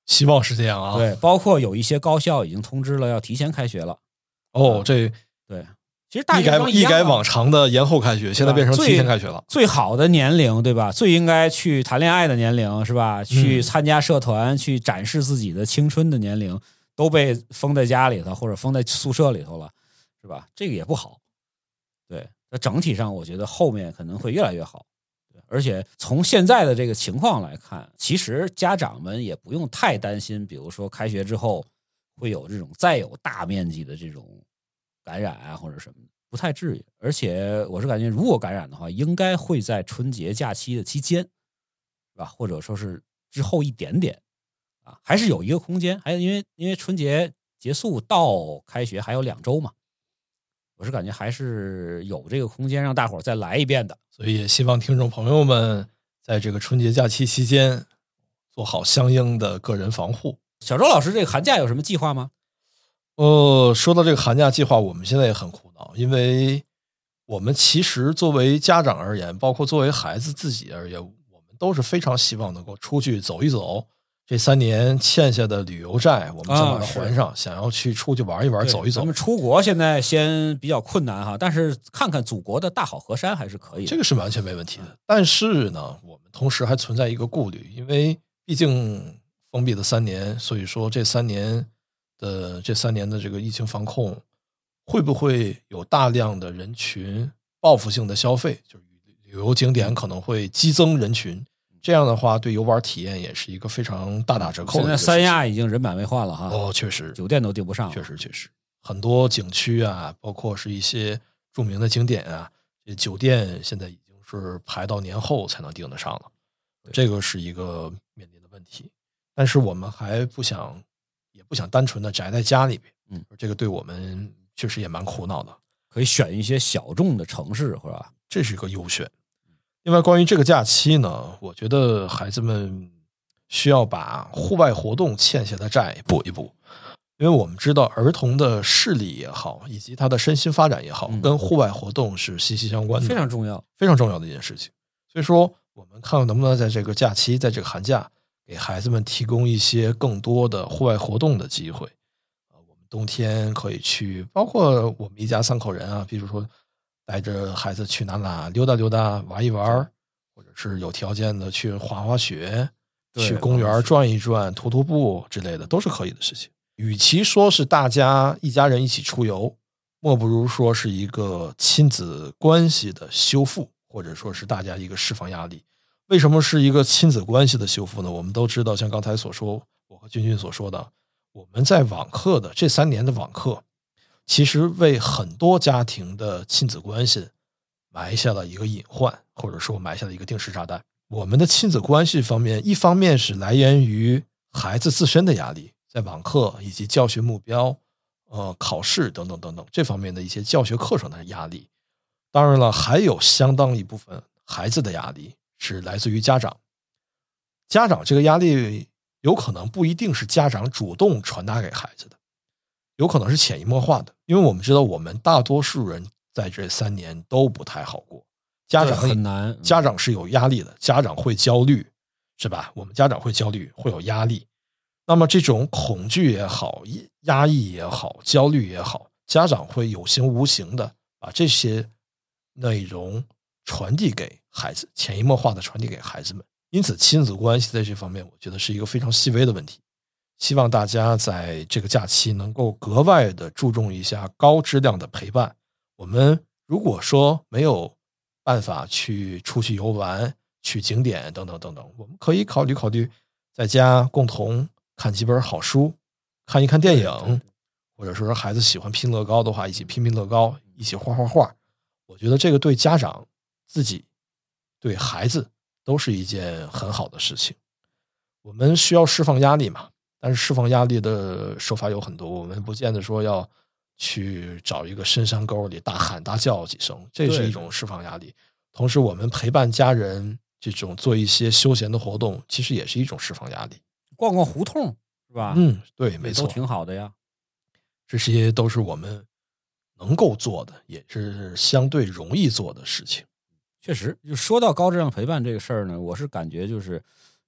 希望是这样啊。 对，包括有一些高校已经通知了要提前开学了。 哦，这对，其实大一改学生一改往常的延后开学，现在变成提前开学了。 最好的年龄，对吧？最应该去谈恋爱的年龄，是吧？去参加社团，嗯、去展示自己的青春的年龄，都被封在家里头或者封在宿舍里头了，是吧？这个也不好。对，那整体上我觉得后面可能会越来越好。而且从现在的这个情况来看，其实家长们也不用太担心，比如说开学之后会有这种再有大面积的这种感染啊或者什么的，不太至于。而且我是感觉，如果感染的话，应该会在春节假期的期间，是吧？或者说是之后一点点啊，还是有一个空间。还有因为因为春节结束到开学还有两周嘛。我是感觉还是有这个空间让大伙儿再来一遍的， 所以也希望听众朋友们在这个春节假期期间做好相应的个人防护。 小周老师，这个寒假有什么计划吗？ 呃，说到这个寒假计划，我们现在也很苦恼，因为我们其实作为家长而言，包括作为孩子自己而言，我们都是非常希望能够出去走一走。这三年欠下的旅游债，我们想把它还上，啊、想要去出去玩一玩，走一走。 咱们出国现在先比较困难哈，但是看看祖国的大好河山还是可以的， 这个是完全没问题的。嗯、但是呢，我们同时还存在一个顾虑，因为毕竟封闭了三年，所以说这三年的这三年的这个疫情防控，会不会有大量的人群报复性的消费？就是旅游景点可能会激增人群。这样的话，对游玩体验也是一个非常大打折扣的。 现在三亚已经人满为患了哈。 哦，确实， 酒店都订不上。 确实，确实，很多景区啊，包括是一些著名的景点啊，这酒店现在已经是排到年后才能订得上了。这个是一个面临的问题。但是我们还不想，也不想单纯的宅在家里边。嗯，这个对我们确实也蛮苦恼的。 可以选一些小众的城市，是吧？ 这是一个优选。另外，关于这个假期呢，我觉得孩子们需要把户外活动欠下的债补一补，因为我们知道儿童的视力也好，以及他的身心发展也好，跟户外活动是息息相关的， 非常重要， 非常重要的一件事情。所以说，我们看能不能在这个假期，在这个寒假，给孩子们提供一些更多的户外活动的机会。我们冬天可以去，包括我们一家三口人啊，比如说带着孩子去哪哪溜达溜达玩一玩，或者是有条件的去滑滑雪，去公园转一转，徒徒步之类的都是可以的事情。与其说是大家一家人一起出游，莫不如说是一个亲子关系的修复，或者说是大家一个释放压力。为什么是一个亲子关系的修复呢？我们都知道，像刚才所说，我和君君所说的，我们在网课的这三年的网课，其实为很多家庭的亲子关系埋下了一个隐患，或者说埋下了一个定时炸弹。我们的亲子关系方面，一方面是来源于孩子自身的压力，在网课以及教学目标、呃考试等等等等这方面的一些教学课程的压力。当然了，还有相当一部分孩子的压力是来自于家长。家长这个压力有可能不一定是家长主动传达给孩子的，有可能是潜移默化的，因为我们知道我们大多数人在这三年都不太好过，家长很难， 家长是有压力的，家长会焦虑，是吧？我们家长会焦虑，会有压力。那么这种恐惧也好，压抑也好，焦虑也好，家长会有形无形的把这些内容传递给孩子，潜移默化的传递给孩子们。因此，亲子关系在这方面，我觉得是一个非常细微的问题。希望大家在这个假期能够格外的注重一下高质量的陪伴。我们如果说没有办法去出去游玩、去景点等等等等，我们可以考虑考虑在家共同看几本好书，看一看电影，或者说孩子喜欢拼乐高的话，一起拼拼乐高，一起画画画。我觉得这个对家长自己、对孩子都是一件很好的事情。我们需要释放压力嘛，但是释放压力的手法有很多，我们不见得说要去找一个深山沟里大喊大叫几声，这是一种释放压力。同时我们陪伴家人这种做一些休闲的活动，其实也是一种释放压力。 逛逛胡同是吧？ 嗯，对，没错， 都挺好的呀。 这些都是我们能够做的，也是相对容易做的事情。 确实，就说到高质量陪伴这个事儿呢，我是感觉就是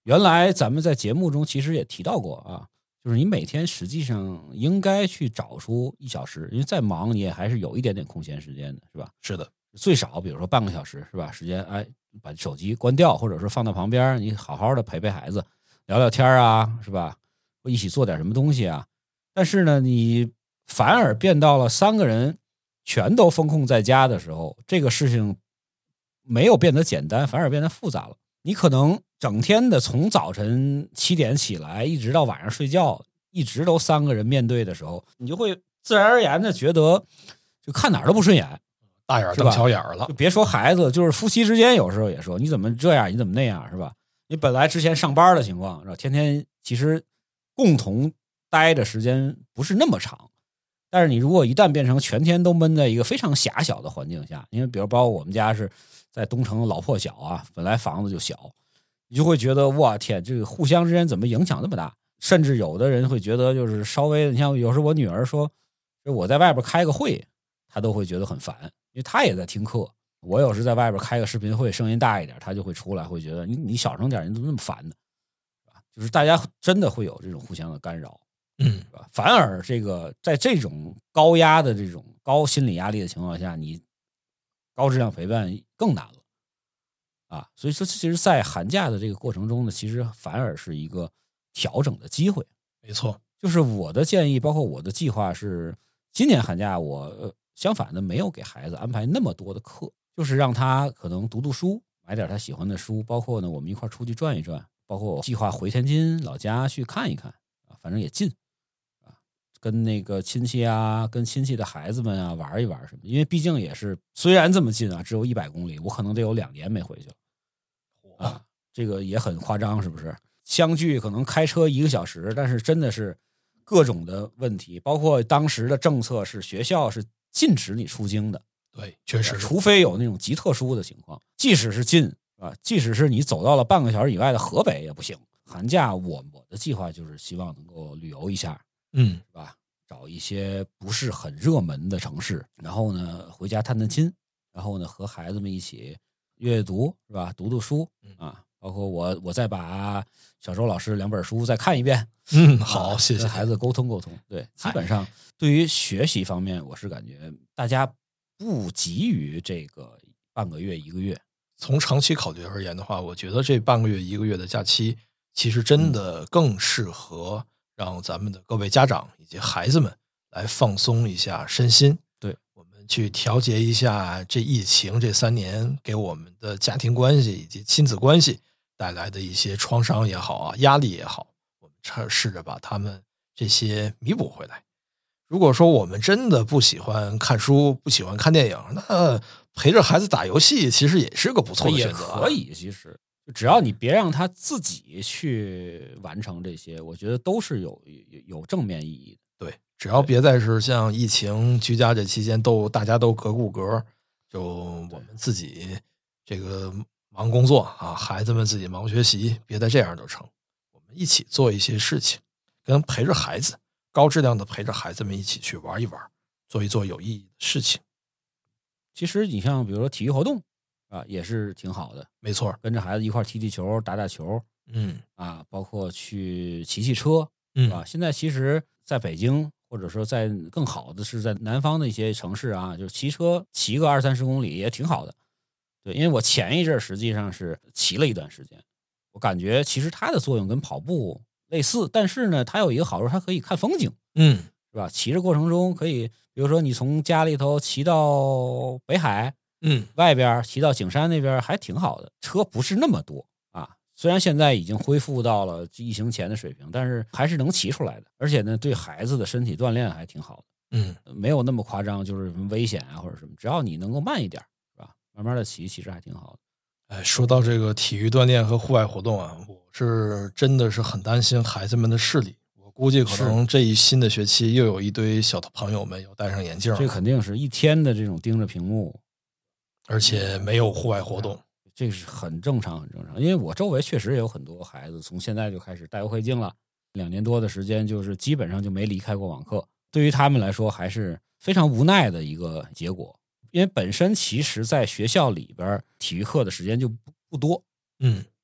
原来咱们在节目中其实也提到过啊，就是你每天实际上应该去找出一小时，因为再忙你也还是有一点点空闲时间的，是吧？ 是的， 最少比如说半个小时，是吧？时间，哎，把手机关掉，或者说放到旁边，你好好的陪陪孩子，聊聊天啊，是吧？或一起做点什么东西啊。但是呢，你反而变到了三个人全都封控在家的时候，这个事情没有变得简单，反而变得复杂了。你可能整天的从早晨七点起来，一直到晚上睡觉，一直都三个人面对的时候，你就会自然而然的觉得，就看哪儿都不顺眼， 大眼瞪小眼了。 就别说孩子，就是夫妻之间有时候也说，你怎么这样，你怎么那样，是吧？你本来之前上班的情况，是吧？天天其实共同待的时间不是那么长，但是你如果一旦变成全天都闷在一个非常狭小的环境下，因为比如包括我们家是在东城老破小啊，本来房子就小，你就会觉得哇天，这个互相之间怎么影响那么大？甚至有的人会觉得，就是稍微，你像有时候我女儿说，我在外边开个会，她都会觉得很烦，因为她也在听课。我有时在外边开个视频会，声音大一点，她就会出来，会觉得你你小声点，你怎么那么烦呢？就是大家真的会有这种互相的干扰， 嗯， 是吧？反而这个在这种高压的这种高心理压力的情况下，你高质量陪伴更难了。啊，所以说，其实，在寒假的这个过程中呢，其实反而是一个调整的机会。 没错， 就是我的建议，包括我的计划是，今年寒假我、呃、相反的没有给孩子安排那么多的课，就是让他可能读读书，买点他喜欢的书，包括呢我们一块出去转一转，包括我计划回天津老家去看一看啊，反正也近啊，跟那个亲戚啊，跟亲戚的孩子们啊玩一玩什么，因为毕竟也是虽然这么近啊，只有一百公里，我可能得有两年没回去了。啊，这个也很夸张，是不是？相距可能开车一个小时，但是真的是各种的问题，包括当时的政策是学校是禁止你出京的， 对，确实， 除非有那种极特殊的情况，即使是禁啊，即使是你走到了半个小时以外的河北也不行。寒假我我的计划就是希望能够旅游一下， 嗯，是吧？找一些不是很热门的城市，然后呢回家探探亲，然后呢和孩子们一起阅读，是吧？读读书啊，包括我，我再把小周老师两本书再看一遍。 嗯，好， 啊、 谢谢。 跟孩子沟通沟通。对，基本上对于学习方面，我是感觉大家不急于这个半个月一个月。 从长期考虑而言的话，我觉得这半个月一个月的假期，其实真的更适合让咱们的各位家长以及孩子们来放松一下身心。去调节一下这疫情这三年给我们的家庭关系以及亲子关系带来的一些创伤也好啊，压力也好，我们试着把他们这些弥补回来。如果说我们真的不喜欢看书，不喜欢看电影，那陪着孩子打游戏其实也是个不错的选择、啊。 也可以，其实只要你别让他自己去完成这些，我觉得都是有有有正面意义的。 对，只要别再是像疫情居家这期间都大家都隔顾隔，就我们自己这个忙工作啊，孩子们自己忙学习，别再这样就成。我们一起做一些事情，跟陪着孩子，高质量的陪着孩子们一起去玩一玩，做一做有意义的事情。 其实你像比如说体育活动啊，也是挺好的。 没错， 跟着孩子一块踢踢球、打打球， 嗯啊，包括去骑骑车， 嗯啊，现在其实在北京，或者说在更好的是在南方的一些城市啊，就是骑车骑个二三十公里也挺好的。对，因为我前一阵实际上是骑了一段时间，我感觉其实它的作用跟跑步类似，但是呢，它有一个好处，它可以看风景， 嗯， 是吧？骑着过程中可以，比如说你从家里头骑到北海， 嗯， 外边骑到景山那边还挺好的，车不是那么多啊。虽然现在已经恢复到了疫情前的水平，但是还是能骑出来的。而且呢，对孩子的身体锻炼还挺好的。 嗯， 没有那么夸张，就是什么危险啊或者什么，只要你能够慢一点，是吧？慢慢的骑，其实还挺好的。 哎，说到这个体育锻炼和户外活动啊，我是真的是很担心孩子们的视力。我估计可能这一新的学期又有一堆小朋友们要戴上眼镜了。 这肯定是一天的这种盯着屏幕， 而且没有户外活动， 这是很正常，很正常。因为我周围确实也有很多孩子从现在就开始戴微镜了，两年多的时间，就是基本上就没离开过网课。对于他们来说，还是非常无奈的一个结果。因为本身其实在学校里边体育课的时间就不不多， 嗯，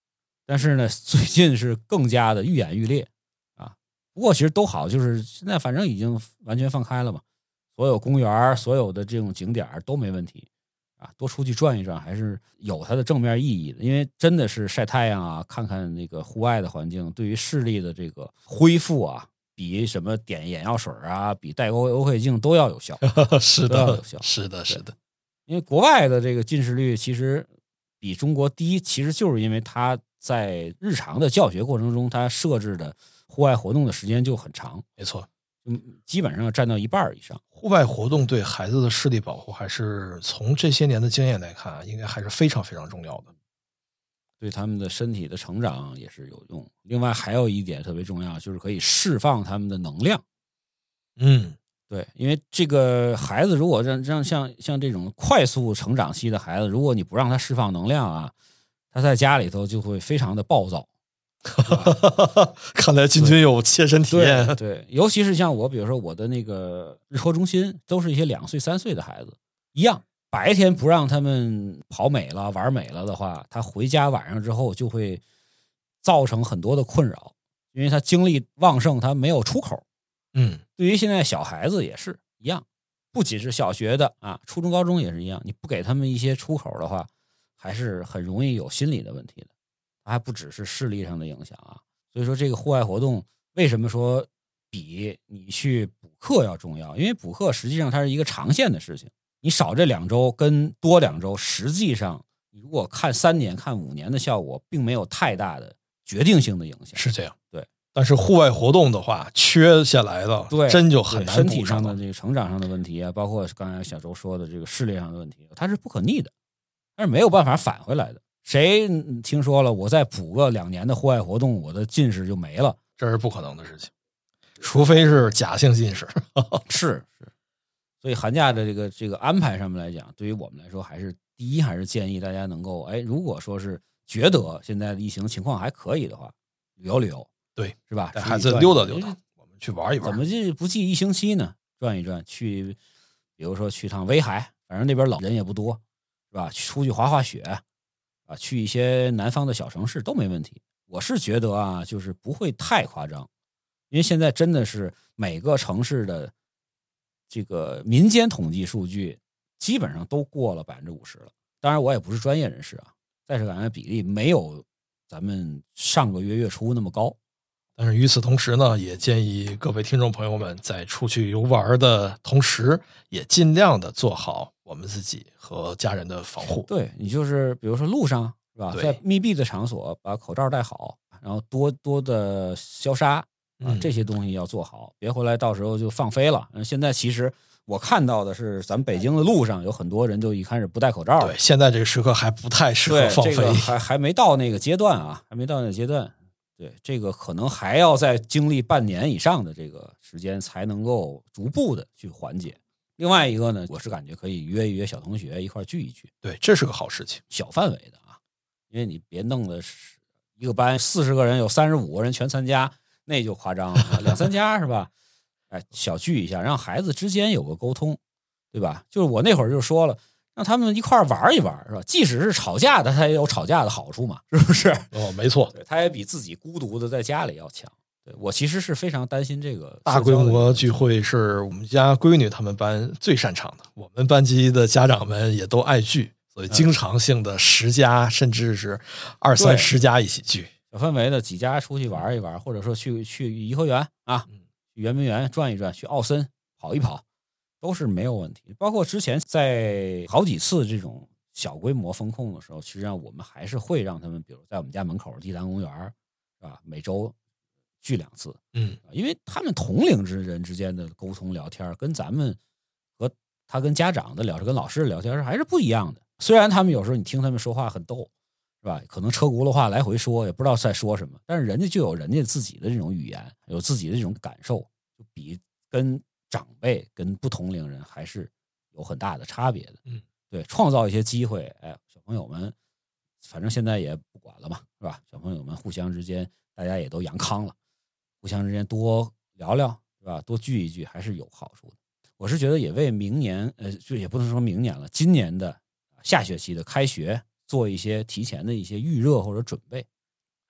但是呢，最近是更加的愈演愈烈啊。不过其实都好，就是现在反正已经完全放开了嘛，所有公园、所有的这种景点都没问题啊，多出去转一转还是有它的正面意义的。因为真的是晒太阳啊，看看那个户外的环境，对于视力的这个恢复啊，比什么点眼药水啊，比戴欧欧黑镜都要有效。 是的都要有效， 是的，是的。 因为国外的这个近视率其实比中国低，其实就是因为它在日常的教学过程中，它设置的户外活动的时间就很长， 没错， 嗯，基本上占到一半以上。 户外活动对孩子的视力保护，还是从这些年的经验来看，应该还是非常非常重要的。 对他们的身体的成长也是有用。另外还有一点特别重要，就是可以释放他们的能量。 嗯， 对，因为这个孩子如果让让像像这种快速成长期的孩子，如果你不让他释放能量啊，他在家里头就会非常的暴躁。 看来金军有切身体验。 对，对，尤其是像我，比如说我的那个日托中心，都是一些两岁三岁的孩子，一样，白天不让他们跑美了、玩美了的话，他回家晚上之后就会造成很多的困扰，因为他精力旺盛，他没有出口。 嗯， 对于现在小孩子也是一样，不仅是小学的啊，初中、高中也是一样，你不给他们一些出口的话，还是很容易有心理的问题的。还不只是视力上的影响啊，所以说这个户外活动为什么说比你去补课要重要？因为补课实际上它是一个长线的事情，你少这两周跟多两周，实际上你如果看三年、看五年的效果，并没有太大的决定性的影响。 是这样， 对。 但是户外活动的话，缺下来了， 对， 真就很难身体补上了。 上的这个成长上的问题啊，包括刚才小周说的这个视力上的问题，它是不可逆的，但是没有办法返回来的。谁听说了我再补个两年的户外活动，我的近视就没了？ 这是不可能的事情，除非是假性近视。 是是，所以寒假的这个这个安排上面来讲，对于我们来说，还是第一还是建议大家能够，哎，如果说是觉得现在的疫情情况还可以的话，旅游旅游， 对， 是吧？ 带孩子溜达溜达，我们去玩一玩。 怎么就不记一星期呢？转一转，去，比如说去趟威海，反正那边冷，人也不多，是吧？出去滑滑雪。啊，去一些南方的小城市都没问题。我是觉得啊，就是不会太夸张，因为现在真的是每个城市的这个民间统计数据基本上都过了百分之五十了。当然，我也不是专业人士啊，再是感染比例没有咱们上个月月初那么高。 但是与此同时呢，也建议各位听众朋友们在出去游玩的同时，也尽量的做好我们自己和家人的防护。 对，你就是比如说路上是吧，在密闭的场所把口罩戴好，然后多多的消杀啊、嗯，这些东西要做好，别回来到时候就放飞了。现在其实我看到的是，咱们北京的路上有很多人就一开始不戴口罩。 对，现在这个时刻还不太适合放飞， 这个、还还没到那个阶段啊，还没到那个阶段。对，这个可能还要再经历半年以上的这个时间，才能够逐步的去缓解。另外一个呢，我是感觉可以约一约小同学一块聚一聚。 对，这是个好事情， 小范围的啊，因为你别弄的是一个班四十个人有三十五个人全参加，那就夸张了，两三家是吧？哎，小聚一下，让孩子之间有个沟通，对吧？就是我那会儿就说了。让他们一块玩一玩，是吧？即使是吵架的，他也有吵架的好处嘛，是不是？ 哦，没错， 对，他也比自己孤独的在家里要强。对，我其实是非常担心这个大规模聚会，是我们家闺女他们班最擅长的。我们班级的家长们也都爱聚，所以经常性的十家、嗯、甚至是二三十家一起聚， 小范围的几家出去玩一玩，或者说去去颐和园啊，去圆明园转一转，去奥森跑一跑。都是没有问题，包括之前在好几次这种小规模封控的时候，实际上我们还是会让他们，比如在我们家门口地坛公园，是吧？每周聚两次， 嗯， 因为他们同龄之人之间的沟通聊天，跟咱们和他跟家长的聊天、跟老师的聊天还是不一样的。虽然他们有时候你听他们说话很逗，是吧？可能车轱辘话来回说，也不知道在说什么，但是人家就有人家自己的这种语言，有自己的这种感受，就比跟长辈跟不同龄人还是有很大的差别的。 嗯， 对，创造一些机会，哎，小朋友们，反正现在也不管了嘛，是吧？小朋友们互相之间，大家也都阳康了，互相之间多聊聊，是吧？多聚一聚还是有好处的。我是觉得也为明年，呃，就也不能说明年了，今年的下学期的开学做一些提前的一些预热或者准备。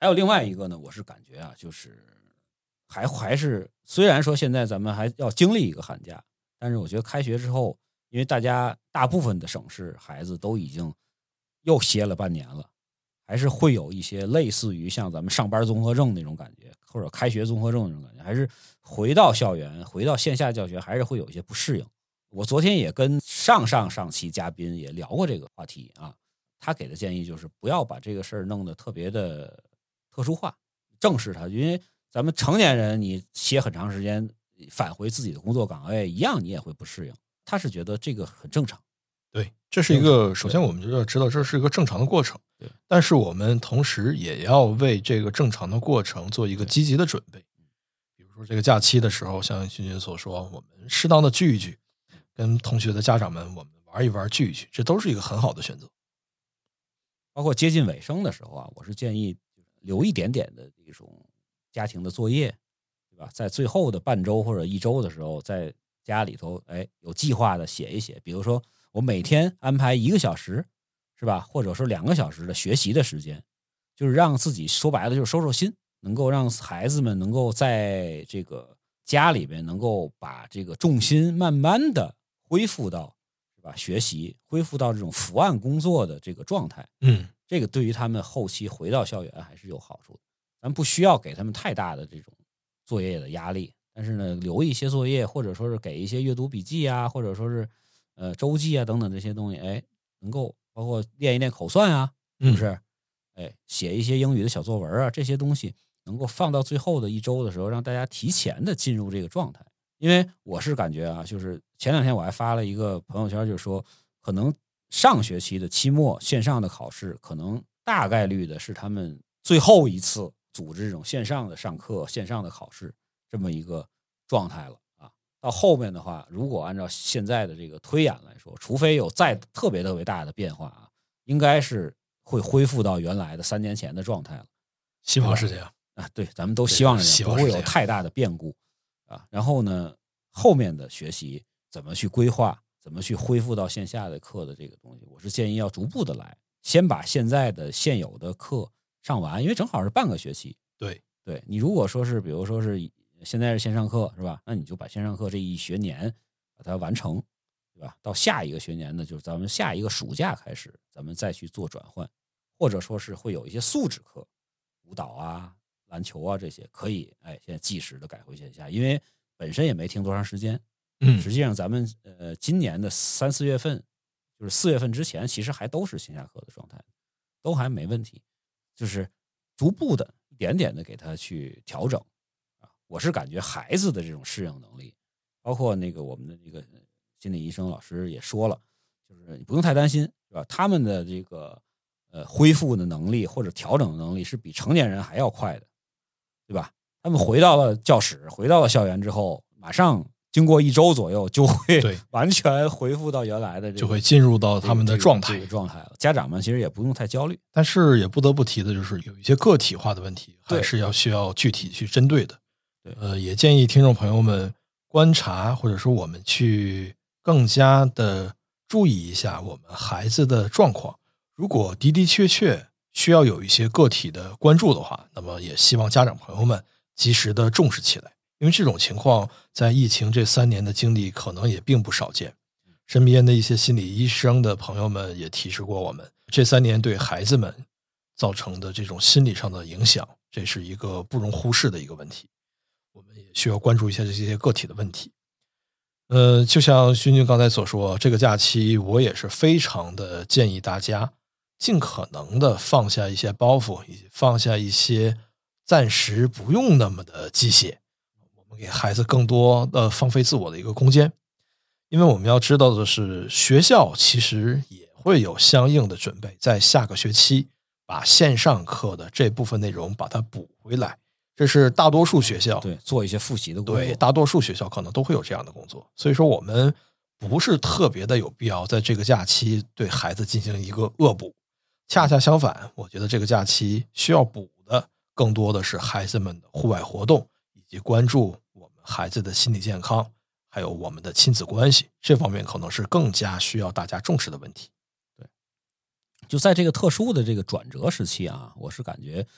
还有另外一个呢，我是感觉啊，就是还还是虽然说现在咱们还要经历一个寒假，但是我觉得开学之后，因为大家大部分的省市孩子都已经又歇了半年了，还是会有一些类似于像咱们上班综合症那种感觉，或者开学综合症那种感觉，还是回到校园回到线下教学还是会有一些不适应。我昨天也跟上上上期嘉宾也聊过这个话题啊，他给的建议就是不要把这个事儿弄得特别的特殊化，正视它，因为咱们成年人你歇很长时间返回自己的工作岗位一样你也会不适应，他是觉得这个很正常。 对，这是一个首先我们就要知道这是一个正常的过程， 对， 但是我们同时也要为这个正常的过程做一个积极的准备。比如说这个假期的时候，像勋君所说，我们适当的聚一聚，跟同学的家长们我们玩一玩聚一聚，这都是一个很好的选择。 包括接近尾声的时候啊，我是建议留一点点的这种家庭的作业，对吧？在最后的半周或者一周的时候，在家里头，哎，有计划的写一写。比如说，我每天安排一个小时，是吧？或者说两个小时的学习的时间，就是让自己说白了就是收收心，能够让孩子们能够在这个家里边能够把这个重心慢慢的恢复到，是吧？学习恢复到这种伏案工作的这个状态。 嗯， 这个对于他们后期回到校园还是有好处的。咱不需要给他们太大的这种作业的压力，但是呢，留一些作业，或者说是给一些阅读笔记啊，或者说是呃周记啊等等这些东西，哎，能够包括练一练口算啊，是不是？嗯、哎，写一些英语的小作文啊，这些东西能够放到最后的一周的时候，让大家提前的进入这个状态。因为我是感觉啊，就是前两天我还发了一个朋友圈，就是说，可能上学期的期末线上的考试，可能大概率的是他们最后一次组织这种线上的上课、线上的考试这么一个状态了啊。到后面的话，如果按照现在的这个推演来说，除非有再特别特别大的变化啊，应该是会恢复到原来的三年前的状态了。 希望是这样啊，对，咱们都希望是这样，不会有太大的变故啊。然后呢，后面的学习怎么去规划，怎么去恢复到线下的课的这个东西，我是建议要逐步的来，先把现在的现有的课上完，因为正好是半个学期。 对， 对，你如果说是比如说是现在是线上课是吧？那你就把线上课这一学年把它完成，对吧？到下一个学年呢，就是咱们下一个暑假开始，咱们再去做转换，或者说是会有一些素质课，舞蹈啊、篮球啊这些可以，哎，现在即时的改回线下，因为本身也没停多长时间。 嗯， 实际上咱们呃今年的三四月份，就是四月份之前，其实还都是线下课的状态，都还没问题，就是逐步的一点点的给他去调整啊。我是感觉孩子的这种适应能力，包括那个我们的这个心理医生老师也说了，就是你不用太担心，是吧？他们的这个呃恢复的能力或者调整的能力是比成年人还要快的，对吧？他们回到了教室，回到了校园之后，马上经过一周左右就会完全恢复到原来的、这个， 就会进入到他们的状态、 这个这个状态了。家长们其实也不用太焦虑， 但是也不得不提的就是有一些个体化的问题，还是要需要具体去针对的。 对， 呃，也建议听众朋友们观察，或者说我们去更加的注意一下我们孩子的状况。如果的的确确需要有一些个体的关注的话，那么也希望家长朋友们及时的重视起来。因为这种情况在疫情这三年的经历可能也并不少见，身边的一些心理医生的朋友们也提示过我们，这三年对孩子们造成的这种心理上的影响，这是一个不容忽视的一个问题，我们也需要关注一下这些个体的问题。呃，就像勋君刚才所说，这个假期我也是非常的建议大家尽可能的放下一些包袱，以及放下一些暂时不用那么的机械，给孩子更多的放飞自我的一个空间。因为我们要知道的是，学校其实也会有相应的准备，在下个学期把线上课的这部分内容把它补回来，这是大多数学校对做一些复习的工作， 对大多数学校可能都会有这样的工作。所以说我们不是特别的有必要在这个假期对孩子进行一个恶补，恰恰相反，我觉得这个假期需要补的更多的是孩子们的户外活动，以及关注我们孩子的心理健康，还有我们的亲子关系，这方面可能是更加需要大家重视的问题。 对，就在这个特殊的这个转折时期啊，我是感觉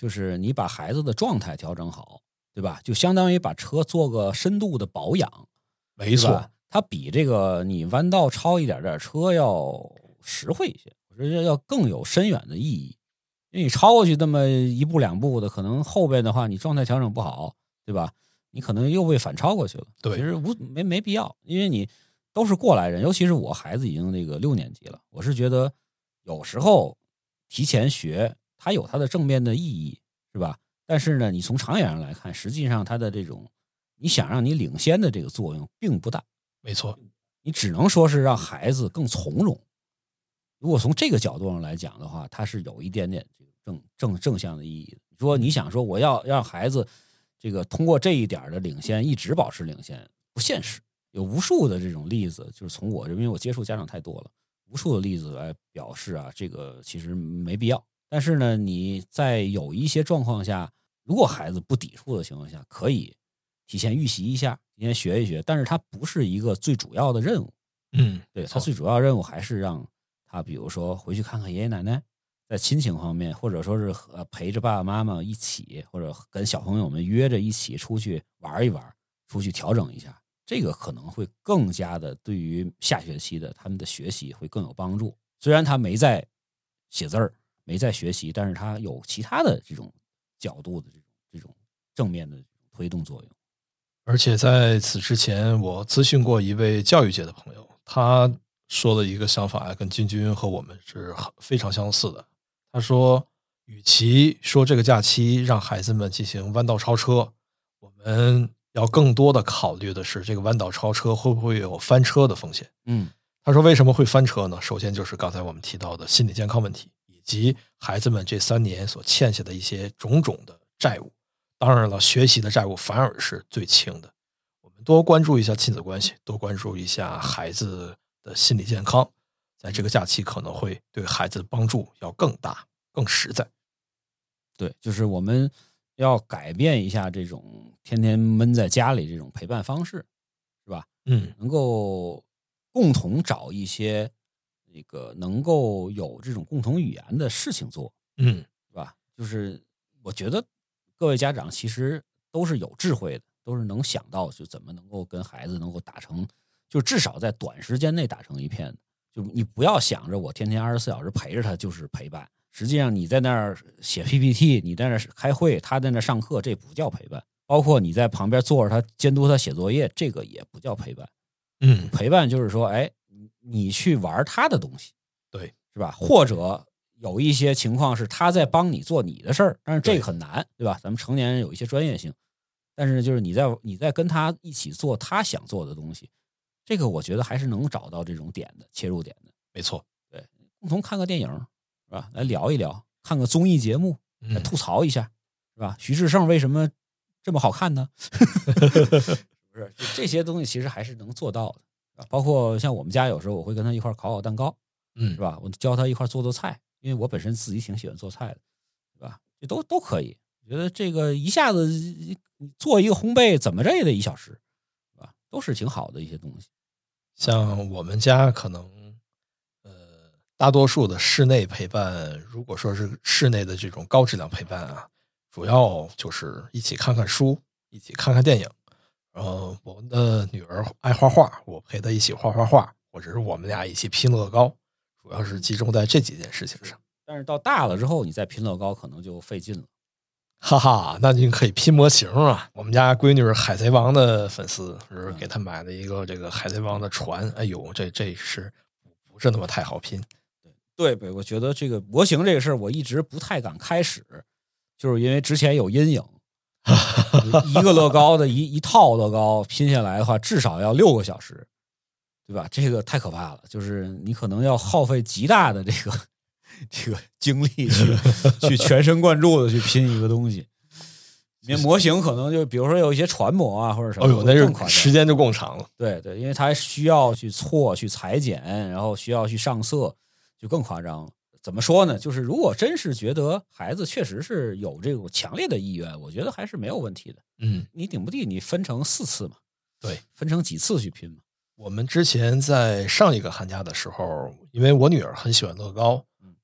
就是你把孩子的状态调整好，对吧？就相当于把车做个深度的保养， 没错， 它比这个你弯道超一点点车要实惠一些，我觉得要更有深远的意义。因为你超过去那么一步两步的，可能后边的话你状态调整不好，对吧？你可能又被反超过去了。 对， 其实无没没必要，因为你都是过来人，尤其是我孩子已经那个六年级了，我是觉得有时候提前学它有它的正面的意义，是吧？但是呢，你从长远上来看，实际上它的这种你想让你领先的这个作用并不大。 没错， 你只能说是让孩子更从容。如果从这个角度上来讲的话，它是有一点点这个正正正向的意义的。你说你想说我要让孩子这个通过这一点的领先一直保持领先，不现实。有无数的这种例子，就是从我这边，因为我接触家长太多了，无数的例子来表示啊，这个其实没必要。但是呢，你在有一些状况下，如果孩子不抵触的情况下，可以提前预习一下，提前学一学，但是它不是一个最主要的任务。 嗯， 对，它最主要任务还是让他比如说回去看看爷爷奶奶，在亲情方面，或者说是陪着爸爸妈妈一起，或者跟小朋友们约着一起出去玩一玩，出去调整一下，这个可能会更加的对于下学期的他们的学习会更有帮助。虽然他没在写字儿，没在学习，但是他有其他的这种角度的这种这种正面的推动作用。 而且在此之前，我咨询过一位教育界的朋友，他说的一个想法跟君君和我们是非常相似的。他说，与其说这个假期让孩子们进行弯道超车，我们要更多的考虑的是这个弯道超车会不会有翻车的风险。 嗯， 他说为什么会翻车呢？首先就是刚才我们提到的心理健康问题，以及孩子们这三年所欠下的一些种种的债务。当然了，学习的债务反而是最轻的。我们多关注一下亲子关系，多关注一下孩子的心理健康，在这个假期可能会对孩子的帮助要更大、更实在。 对，就是我们要改变一下这种天天闷在家里这种陪伴方式，是吧？ 嗯， 能够共同找一些那个能够有这种共同语言的事情做， 嗯， 是吧？就是我觉得各位家长其实都是有智慧的，都是能想到就怎么能够跟孩子能够打成，就至少在短时间内打成一片。就你不要想着我天天二十四小时陪着他就是陪伴，实际上你在那儿写 P P T， 你在那儿开会，他在那儿上课，这不叫陪伴。包括你在旁边坐着他监督他写作业，这个也不叫陪伴。 嗯， 陪伴就是说，哎，你去玩他的东西， 对， 是吧？或者有一些情况是他在帮你做你的事儿，但是这个很难， 对, 对吧？咱们成年人有一些专业性，但是就是你在你在跟他一起做他想做的东西，这个我觉得还是能找到这种点的切入点的。 没错， 对，共同看个电影是吧？来聊一聊，看个综艺节目，来吐槽一下，是吧？徐志胜为什么这么好看呢？不是，就这些东西其实还是能做到的。包括像我们家有时候我会跟他一块烤烤蛋糕， 嗯， 是吧？我教他一块做做菜，因为我本身自己挺喜欢做菜的，是吧？这都都可以。我觉得这个一下子做一个烘焙怎么着也得一小时，是吧？都是挺好的一些东西。 像我们家可能呃大多数的室内陪伴，如果说是室内的这种高质量陪伴啊，主要就是一起看看书，一起看看电影。然后我们的女儿爱画画，我陪她一起画画画，或者是我们俩一起拼乐高，主要是集中在这几件事情上。 但是到大了之后，你再拼乐高可能就费劲了。 哈哈，那您可以拼模型啊！我们家闺女是海贼王的粉丝，是给她买了一个这个海贼王的船。哎呦，这这是不是那么太好拼？ 对对，我觉得这个模型这个事儿，我一直不太敢开始，就是因为之前有阴影。一个乐高的一一套乐高拼下来的话，至少要六个小时，对吧？这个太可怕了，就是你可能要耗费极大的这个这个精力去去全神贯注的去拼一个东西。你模型可能就比如说有一些船模啊或者什么， 哦呦，那是时间就更长了。 对对，因为它需要去错、去裁剪，然后需要去上色，就更夸张了。怎么说呢？就是如果真是觉得孩子确实是有这种强烈的意愿，我觉得还是没有问题的。 嗯， 你顶不地你分成四次嘛， 对， 分成几次去拼嘛。 我们之前在上一个寒假的时候，因为我女儿很喜欢乐高，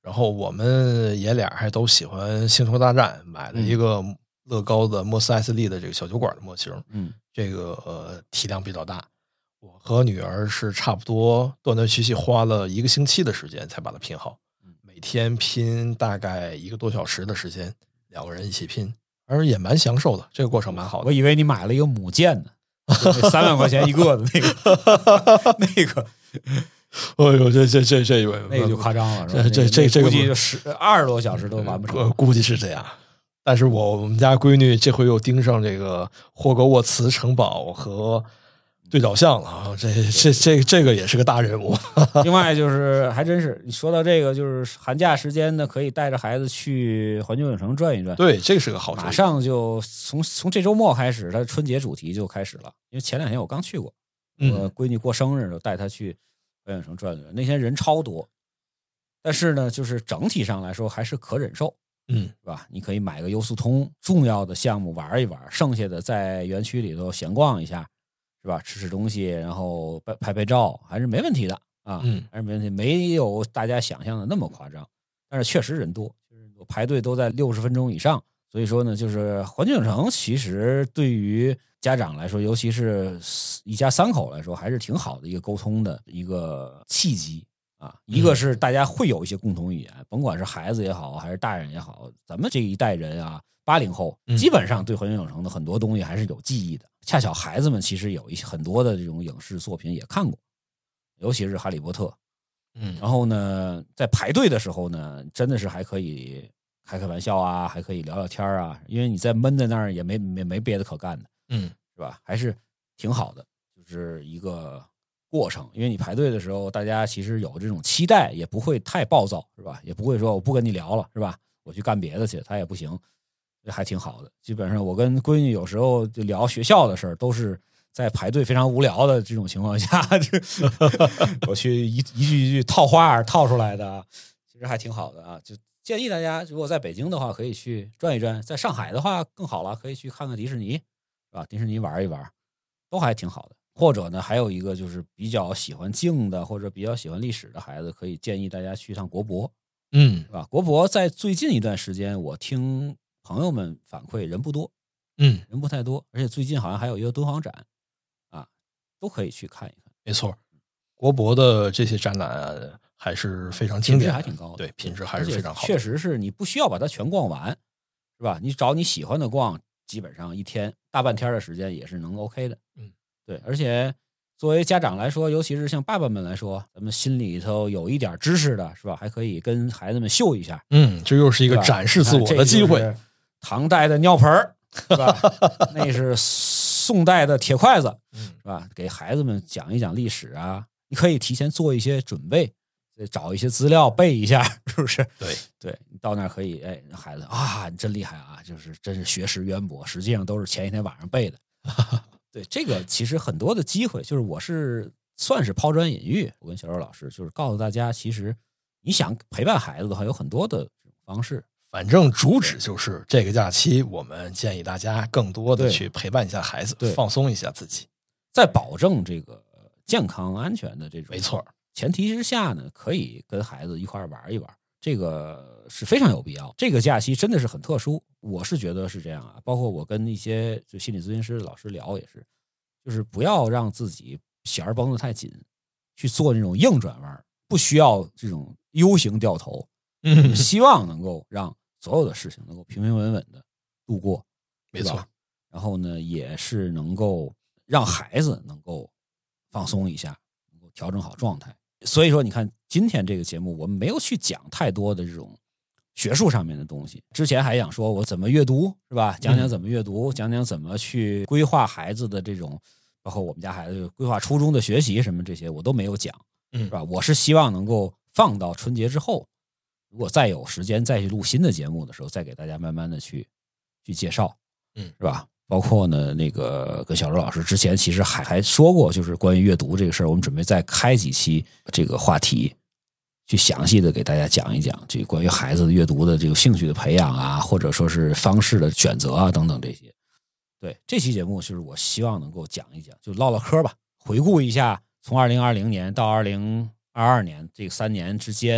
然后我们爷俩还都喜欢星球大战，买了一个乐高的莫斯艾斯利的这个小酒馆的模型， 嗯， 这个呃体量比较大，我和女儿是差不多断断续续花了一个星期的时间才把它拼好，每天拼大概一个多小时的时间，两个人一起拼，而也蛮享受的，这个过程蛮好的。 我以为你买了一个母舰呢，三万块钱一个的那个那个。 哎呦，这这这这那个就夸张了，是吧？ 这这这个估计就十二十多小时都完不成， 估计是这样。但是我我们家闺女这回又盯上这个霍格沃茨城堡和对角巷了啊！这这这这个也是个大任务。 另外就是还真是，你说到这个，就是寒假时间呢，可以带着孩子去环球影城转一转。 对，这个是个好事。 马上就从从这周末开始，它春节主题就开始了。因为前两天我刚去过，我闺女过生日，就带她去环球影城转转。那天人超多，但是呢，就是整体上来说还是可忍受。 嗯， 是吧？你可以买个优速通，重要的项目玩一玩，剩下的在园区里头闲逛一下。是吧？吃吃东西，然后拍拍拍照，还是没问题的啊， 嗯， 还是没问题，没有大家想象的那么夸张，但是确实人多，就是我排队都在六十分钟以上，所以说呢，就是环球影城其实对于家长来说，尤其是一家三口来说，还是挺好的一个沟通的一个契机啊。一个是大家会有一些共同语言，甭管是孩子也好，还是大人也好，咱们这一代人啊。八零后基本上对环球影城的很多东西还是有记忆的，恰巧孩子们其实有一些很多的这种影视作品也看过，尤其是哈利波特。 嗯， 然后呢，在排队的时候呢，真的是还可以开开玩笑啊，还可以聊聊天啊，因为你在闷在那儿也没没没别的可干的， 嗯， 是吧？还是挺好的，就是一个过程。因为你排队的时候，大家其实有这种期待，也不会太暴躁，是吧？也不会说我不跟你聊了，是吧？我去干别的去，他也不行。还挺好的，基本上我跟闺女有时候就聊学校的事儿，都是在排队非常无聊的这种情况下，我去一一句一句套话套出来的，其实还挺好的啊。就建议大家，如果在北京的话，可以去转一转；在上海的话更好了，可以去看看迪士尼，是吧？迪士尼玩一玩，都还挺好的。或者呢，还有一个就是比较喜欢静的，或者比较喜欢历史的孩子，可以建议大家去趟国博， 嗯， 是吧？国博在最近一段时间，我听朋友们反馈人不多， 嗯， 人不太多，而且最近好像还有一个敦煌展，啊，都可以去看一看。 没错，国博的这些展览还是非常经典， 品质还挺高的， 对，品质还是非常好的。 确实是你不需要把它全逛完，是吧？你找你喜欢的逛，基本上一天大半天的时间也是能 OK 的。 嗯， 对，而且作为家长来说，尤其是像爸爸们来说，咱们心里头有一点知识的，是吧？还可以跟孩子们秀一下。 嗯，这又是一个展示自我的机会。 唐代的尿盆儿，是吧？那是宋代的铁筷子，是吧？给孩子们讲一讲历史啊，你可以提前做一些准备，找一些资料背一下，是不是？ 对对，你到那儿可以，哎，孩子啊，你真厉害啊，就是真是学识渊博，实际上都是前一天晚上背的。对，这个其实很多的机会，就是我是算是抛砖引玉，我跟小周老师就是告诉大家，其实你想陪伴孩子的话，有很多的方式。 反正主旨就是这个假期，我们建议大家更多的去陪伴一下孩子，放松一下自己， 在保证这个健康安全的这种没错前提之下呢，可以跟孩子一块玩一玩，这个是非常有必要。这个假期真的是很特殊，我是觉得是这样啊。包括我跟一些就心理咨询师的老师聊也是，就是不要让自己弦儿绷得太紧，去做那种硬转弯，不需要这种 U 型掉头。嗯，希望能够让所有的事情能够平平稳稳的度过， 没错。 然后呢，也是能够让孩子能够放松一下，能够调整好状态。所以说，你看今天这个节目，我们没有去讲太多的这种学术上面的东西。之前还想说我怎么阅读，是吧？讲讲怎么阅读，讲讲怎么去规划孩子的这种，包括我们家孩子规划初中的学习什么这些，我都没有讲，是吧？我是希望能够放到春节之后。如果再有时间再去录新的节目的时候，再给大家慢慢的去去介绍， 嗯， 是吧？包括呢，那个跟小周老师之前其实还还说过，就是关于阅读这个事儿，我们准备再开几期这个话题，去详细的给大家讲一讲这关于孩子的阅读的这个兴趣的培养啊，或者说是方式的选择啊等等这些。对，这期节目就是我希望能够讲一讲，就唠唠嗑吧，回顾一下从二零二零年到二零二二年这三年之间。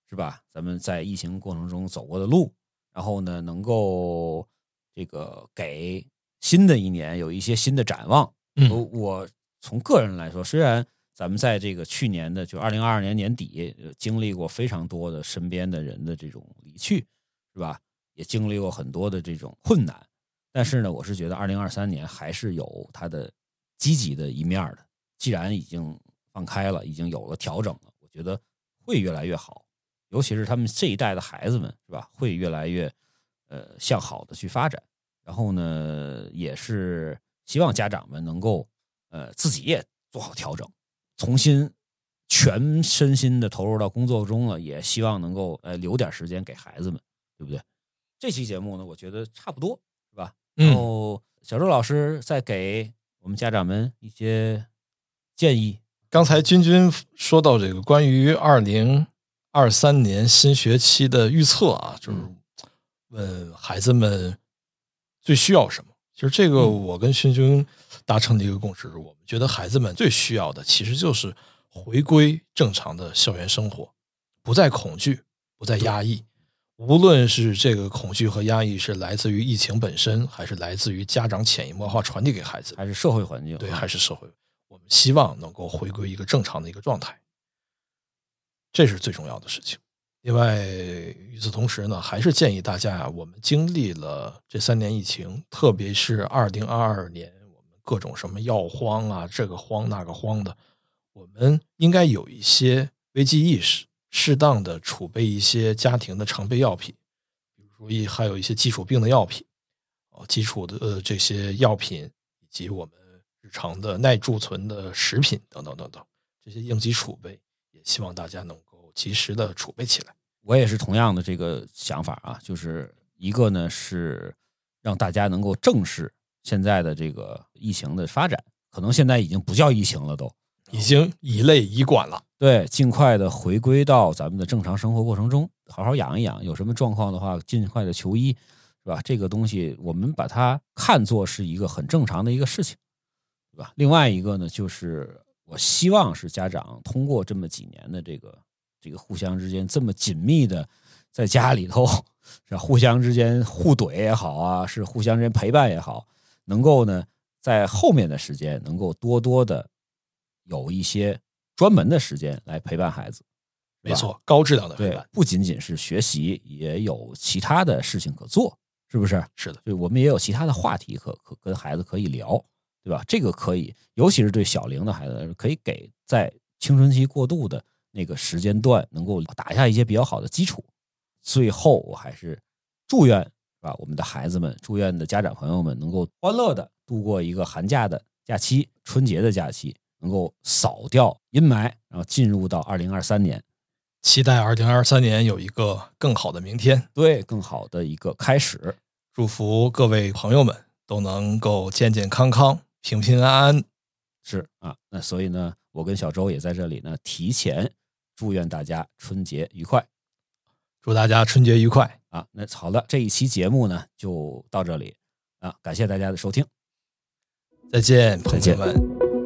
是吧？咱们在疫情过程中走过的路，然后呢，能够这个给新的一年有一些新的展望。 嗯， 我从个人来说，虽然咱们在这个去年的就二零二二年年底经历过非常多的身边的人的这种离去，是吧？也经历过很多的这种困难，但是呢，我是觉得二零二三年还是有它的积极的一面的。既然已经放开了，已经有了调整了，我觉得会越来越好。尤其是他们这一代的孩子们，是吧？会越来越呃向好的去发展。然后呢，也是希望家长们能够呃自己也做好调整，重新全身心的投入到工作中了，也希望能够呃留点时间给孩子们，对不对？这期节目呢，我觉得差不多，是吧？然后小周老师再给我们家长们一些建议。 刚才君君说到这个关于二零二三年新学期的预测啊，就是问孩子们最需要什么。其实这个我跟君君达成的一个共识，我们觉得孩子们最需要的其实就是回归正常的校园生活，不再恐惧，不再压抑。无论是这个恐惧和压抑是来自于疫情本身，还是来自于家长潜移默化传递给孩子， 还是社会环境， 对，还是社会，我们希望能够回归一个正常的一个状态，这是最重要的事情。另外，与此同时呢，还是建议大家啊，我们经历了这三年疫情，特别是二零二二年，我们各种什么药荒啊，这个荒那个荒的，我们应该有一些危机意识，适当的储备一些家庭的常备药品，比如说一还有一些基础病的药品，哦，基础的呃这些药品，以及我们日常的耐贮存的食品等等等等，这些应急储备，也希望大家能够及时的储备起来。 我也是同样的这个想法啊，就是一个呢是让大家能够正视现在的这个疫情的发展，可能现在已经不叫疫情了，都已经以类以管了。 对，尽快的回归到咱们的正常生活过程中，好好养一养，有什么状况的话尽快的求医，是吧？这个东西我们把它看作是一个很正常的一个事情，对吧？另外一个呢，就是我希望是家长通过这么几年的这个这个互相之间这么紧密的在家里头，是吧？互相之间互怼也好啊，是互相之间陪伴也好，能够呢在后面的时间能够多多的有一些专门的时间来陪伴孩子。 没错，高质量的陪伴， 对，不仅仅是学习，也有其他的事情可做，是不是？ 是的， 对，我们也有其他的话题可可跟孩子可以聊，对吧？这个可以，尤其是对小龄的孩子，可以给在青春期过渡的那个时间段能够打下一些比较好的基础。最后，我还是祝愿，是吧？我们的孩子们，祝愿的家长朋友们能够欢乐的度过一个寒假的假期，春节的假期，能够扫掉阴霾，然后进入到二零二三年。 期待二零二三年有一个更好的明天， 对，更好的一个开始。 祝福各位朋友们都能够健健康康、平平安安。 是啊，那所以呢，我跟小周也在这里呢，提前祝愿大家春节愉快， 祝大家春节愉快啊！那好了，这一期节目呢就到这里啊，感谢大家的收听， 再见，朋友们。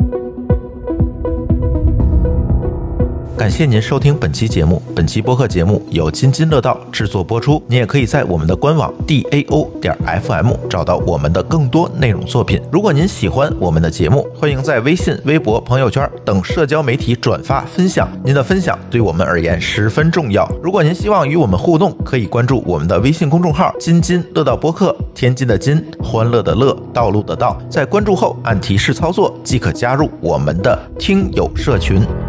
感谢您收听本期节目。本期播客节目由津津乐道制作播出。你也可以在我们的官网 D A O 点 F M 找到我们的更多内容作品。如果您喜欢我们的节目，欢迎在微信、微博、朋友圈等社交媒体转发分享。您的分享对我们而言十分重要。如果您希望与我们互动，可以关注我们的微信公众号津津乐道播客，天津的津，欢乐的乐，道路的道。在关注后按提示操作即可加入我们的听友社群。